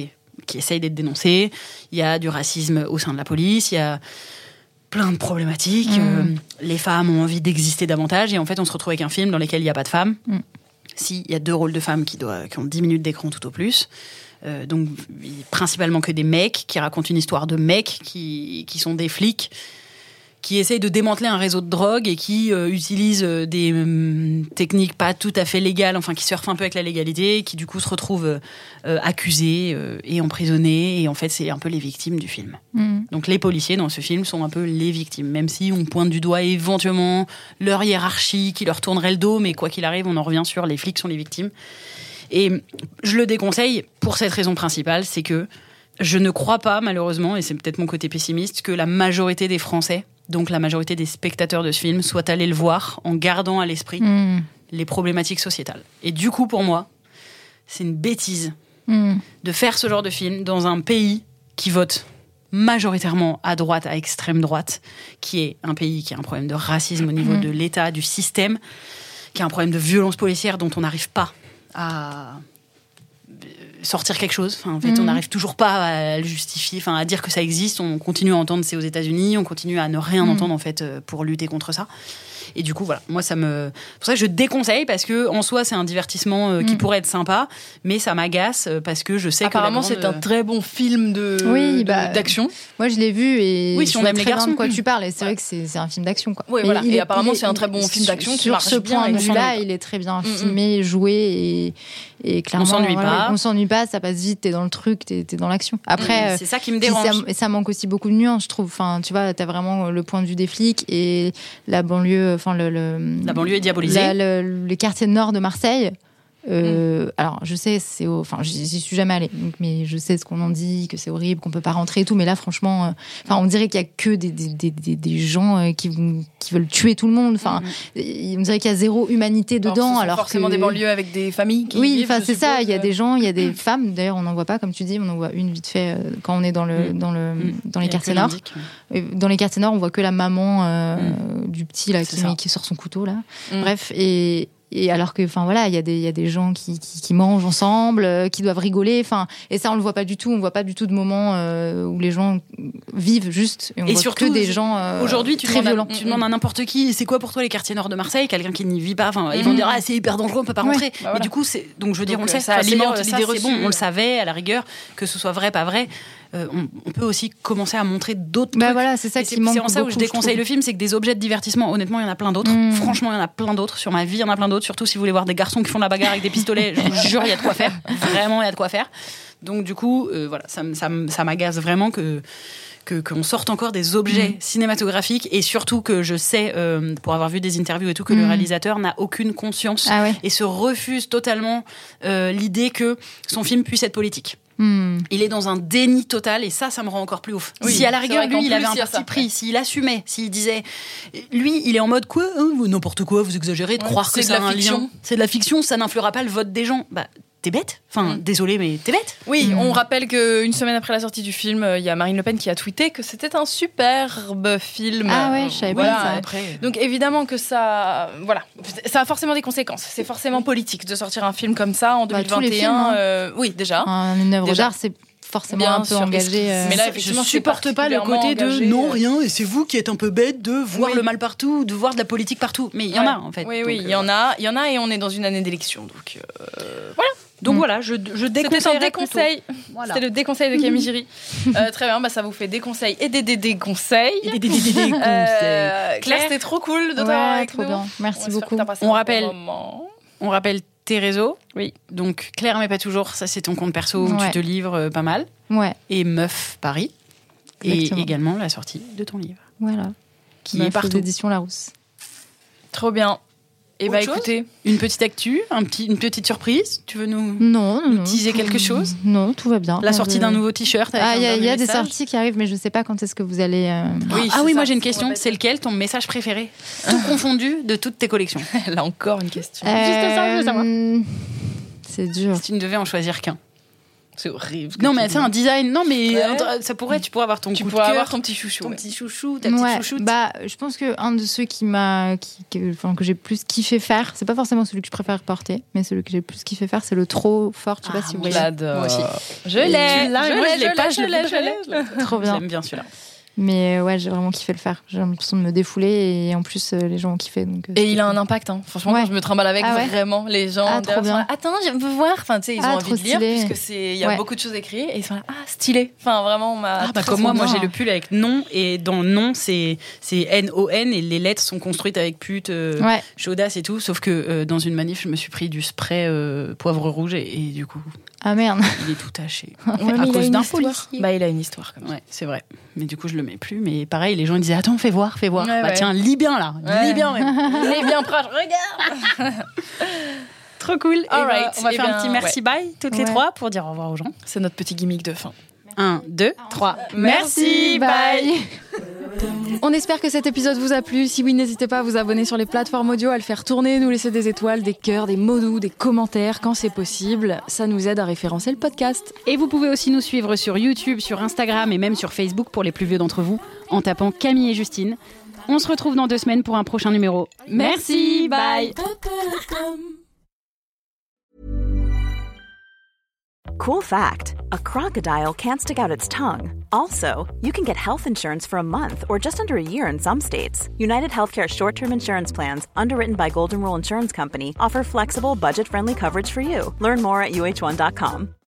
qui essayent d'être dénoncées. Il y a du racisme au sein de la police, il y a plein de problématiques. Mmh. Euh, les femmes ont envie d'exister davantage et en fait, on se retrouve avec un film dans lequel il n'y a pas de femmes. Mmh. Si, il y a deux rôles de femmes qui, doivent, qui ont dix minutes d'écran tout au plus. Euh, donc, principalement que des mecs qui racontent une histoire de mecs qui, qui sont des flics qui essayent de démanteler un réseau de drogue et qui euh, utilisent euh, des euh, techniques pas tout à fait légales, enfin qui surfent un peu avec la légalité, et qui du coup se retrouvent euh, accusés euh, et emprisonnés. Et en fait, c'est un peu les victimes du film. Mmh. Donc les policiers dans ce film sont un peu les victimes, même si on pointe du doigt éventuellement leur hiérarchie qui leur tournerait le dos, mais quoi qu'il arrive, on en revient sur les flics sont les victimes. Et je le déconseille pour cette raison principale, c'est que je ne crois pas, malheureusement, et c'est peut-être mon côté pessimiste, que la majorité des Français, donc la majorité des spectateurs de ce film, soient allés le voir en gardant à l'esprit mmh. les problématiques sociétales. Et du coup, pour moi, c'est une bêtise mmh. de faire ce genre de film dans un pays qui vote majoritairement à droite, à extrême droite, qui est un pays qui a un problème de racisme au niveau mmh. de l'État, du système, qui a un problème de violence policière dont on n'arrive pas à sortir quelque chose. Enfin, en fait, mmh. on n'arrive toujours pas à le justifier, enfin, à dire que ça existe. On continue à entendre c'est aux États-Unis, on continue à ne rien mmh. entendre en fait pour lutter contre ça. Et du coup, voilà, moi ça me, pour ça je déconseille parce que en soi c'est un divertissement euh, qui mmh. pourrait être sympa, mais ça m'agace parce que je sais apparemment que c'est un très bon film de, oui, de bah, d'action. Moi je l'ai vu et oui, si on aime les garçons, de quoi tu parles. Et c'est vrai que c'est, c'est un film d'action, quoi. Oui, voilà. Et, et apparemment est, c'est un très bon film d'action qui sur marche ce bien. point de vue-là, il il est très bien mmh. filmé, joué et, et clairement on s'ennuie voilà, pas. On s'ennuie pas, ça passe vite. T'es dans le truc, t'es, t'es dans l'action. Après, mmh, c'est ça qui me dérange. Ça, et ça manque aussi beaucoup de nuances, je trouve. Enfin, tu vois, t'as vraiment le point de vue des flics et la banlieue, enfin le, le la banlieue est diabolisée. La, le, les quartiers nord de Marseille. Euh, mmh. Alors, je sais, c'est, enfin, j'y, j'y suis jamais allée, donc, mais je sais ce qu'on en dit, que c'est horrible, qu'on peut pas rentrer et tout. Mais là, franchement, euh, enfin, on dirait qu'il y a que des des des des, des gens euh, qui qui veulent tuer tout le monde. Enfin, mmh. on dirait qu'il y a zéro humanité dedans. Alors, alors forcément que... des banlieues avec des familles. Qui oui, vivent, enfin, c'est ça. Il y a euh... des gens, il y a des mmh. femmes. D'ailleurs, on n'en voit pas, comme tu dis, on en voit une vite fait euh, quand on est dans le mmh. dans le mmh. dans les quartiers nord. Ouais. Dans les quartiers nord, on voit que la maman euh, mmh. du petit là qui, qui sort son couteau là. Mmh. Bref, et Et alors que, enfin voilà, il y a des, il y a des gens qui, qui, qui mangent ensemble, euh, qui doivent rigoler, enfin, et ça on le voit pas du tout. On voit pas du tout de moments euh, où les gens vivent juste. Et on et voit surtout que des gens euh, aujourd'hui, tu très demandes violents. À, tu demandes à n'importe qui, c'est quoi pour toi les quartiers nord de Marseille? Quelqu'un qui n'y vit pas, enfin, mmh. ils vont dire ah c'est hyper dangereux, on peut pas rentrer. Ouais, bah voilà. Mais du coup, c'est donc je veux dire, donc, on le sait, ça alimente ça, l'idée reçue. Bon, on le savait à la rigueur, que ce soit vrai, pas vrai. Euh, on, on peut aussi commencer à montrer d'autres bah trucs. Voilà, c'est ça et qui c'est, manque c'est en ça beaucoup, où je déconseille je le film, c'est que des objets de divertissement, honnêtement, il y en a plein d'autres. Mmh. Franchement, il y en a plein d'autres. Sur ma vie, il y en a plein d'autres. Surtout si vous voulez voir des garçons qui font de la bagarre avec des pistolets, je vous jure, il y a de quoi faire. Vraiment, il y a de quoi faire. Donc du coup, euh, voilà, ça, ça, ça m'agace vraiment que que qu'on sorte encore des objets mmh. cinématographiques et surtout que je sais, euh, pour avoir vu des interviews et tout, que mmh. le réalisateur n'a aucune conscience ah ouais. et se refuse totalement euh, l'idée que son film puisse être politique. Mmh. Il est dans un déni total et ça, ça me rend encore plus ouf. Oui, si à la rigueur, lui, il avait un parti pris, s'il assumait, s'il disait... Lui, il est en mode quoi hein, n'importe quoi, vous exagérez, de ouais, croire que c'est un lien. C'est de la fiction, ça n'influera pas le vote des gens. Bah, t'es bête. Enfin, mmh. désolé, mais t'es bête. Oui, mmh. on rappelle qu'une semaine après la sortie du film, il y a Marine Le Pen qui a tweeté que c'était un superbe film. Ah ouais, je savais voilà. pas ça. Après. Donc évidemment que ça... Voilà. Ça a forcément des conséquences. C'est forcément politique de sortir un film comme ça en deux mille vingt et un. Bah, tous les films, hein. euh, oui, déjà. Une œuvre d'art, c'est forcément bien un peu sûr, engagé. Euh... Mais là, je supporte pas le côté de non, rien, et c'est vous qui êtes un peu bête de voir oui. le mal partout, de voir de la politique partout. Mais il y en ouais. a, en fait. Oui, oui, il y en a, il y en a, et on est dans une année d'élection. Donc, euh, voilà. Donc mmh. voilà, je, je déconseille. C'était un déconseil. Voilà. C'était le déconseil de Camille Giry. euh, très bien, bah, ça vous fait des conseils et des déconseils. Et des déconseils. Euh, Claire, c'était trop cool de t'avoir avec trop nous. Bien. Merci on beaucoup. On rappelle, on rappelle tes réseaux. Oui. Donc Claire mais pas toujours, ça c'est ton compte perso où ouais. tu te livres euh, pas mal. Ouais. Et Meuf Paris. Exactement. Et également la sortie de ton livre. Voilà. Qui Meuf est partout. Édition Larousse. Trop bien. Et bah chose écoutez, une petite actu, un petit, une petite surprise. Tu veux nous, non, non, nous non, teaser quelque chose? Non, tout va bien. La sortie d'un nouveau t-shirt. Ah, il y a, y a des sorties qui arrivent, mais je sais pas quand est-ce que vous allez. Euh... Oui, ah oui, ça, moi j'ai une question. C'est lequel ton message préféré, tout confondu, de toutes tes collections? Elle a encore une question. Euh... Juste ça, je veux savoir. C'est dur. Si tu ne devais en choisir qu'un. C'est horrible. Non, mais c'est un design. Non, mais Ouais. euh, ça pourrait. Tu pourrais avoir ton Tu coup de pourrais cœur, avoir ton petit chouchou. ton ouais. petit chouchou, ta petite Ouais, chouchoute. bah, je pense que un de ceux qui m'a, qui, que, enfin, que j'ai plus kiffé faire, c'est pas forcément celui que je préfère porter, mais celui que j'ai plus kiffé faire, c'est le trop fort. Je sais Ah, pas si vous moi, voyez. J'adore. Moi aussi. Je l'ai. Tu l'as, je moi, l'ai, je l'ai pas, je je l'ai l'ai, je l'ai, je l'ai. Trop bien. J'aime bien celui-là. Mais ouais, j'ai vraiment kiffé le faire. J'ai l'impression de me défouler et en plus, euh, les gens ont kiffé. Donc, euh, Et c'était il a cool. un impact, hein. Franchement, Ouais. quand je me trimballe avec, Ah ouais vraiment, les gens Ah, derrière trop sont bien. là, attends, je veux voir. Enfin, tu sais, ils Ah, ont trop envie de lire stylé. puisque c'est, il y a Ouais. beaucoup de choses écrites et ils sont là, ah, stylé. Enfin, vraiment, on m'a. Ah, bah, très comme moi, moi bien. j'ai le pull avec non et dans non c'est c'est N O N et les lettres sont construites avec pute, euh, Ouais. chaudasse et tout. Sauf que euh, dans une manif, je me suis pris du spray euh, poivre rouge et, et du coup, Ah merde. il est tout taché. Ouais, mais à il a cause une d'un histoire. policier. Bah, il a une histoire comme ça. Ouais, c'est vrai. Mais du coup, je le mets plus. Mais pareil, les gens ils disaient attends, fais voir, fais voir. Ouais, bah ouais. tiens, lis bien là, Ouais. lis bien même. Il est bien proche, regarde. Trop cool. Et All bah, right. on va Eh faire bien, un petit merci bye toutes les Ouais. trois pour dire au revoir aux gens. C'est notre petit gimmick de fin. Un, deux, trois. Merci, bye. On espère que cet épisode vous a plu. Si oui, n'hésitez pas à vous abonner sur les plateformes audio, à le faire tourner, nous laisser des étoiles, des cœurs, des mots doux, des commentaires quand c'est possible. Ça nous aide à référencer le podcast. Et vous pouvez aussi nous suivre sur YouTube, sur Instagram et même sur Facebook pour les plus vieux d'entre vous en tapant Camille et Justine. On se retrouve dans deux semaines pour un prochain numéro. Merci, bye. Cool fact, a crocodile can't stick out its tongue. Also, you can get health insurance for a month or just under a year in some states. United Healthcare short-term insurance plans, underwritten by Golden Rule Insurance Company, offer flexible, budget-friendly coverage for you. Learn more at U H one dot com.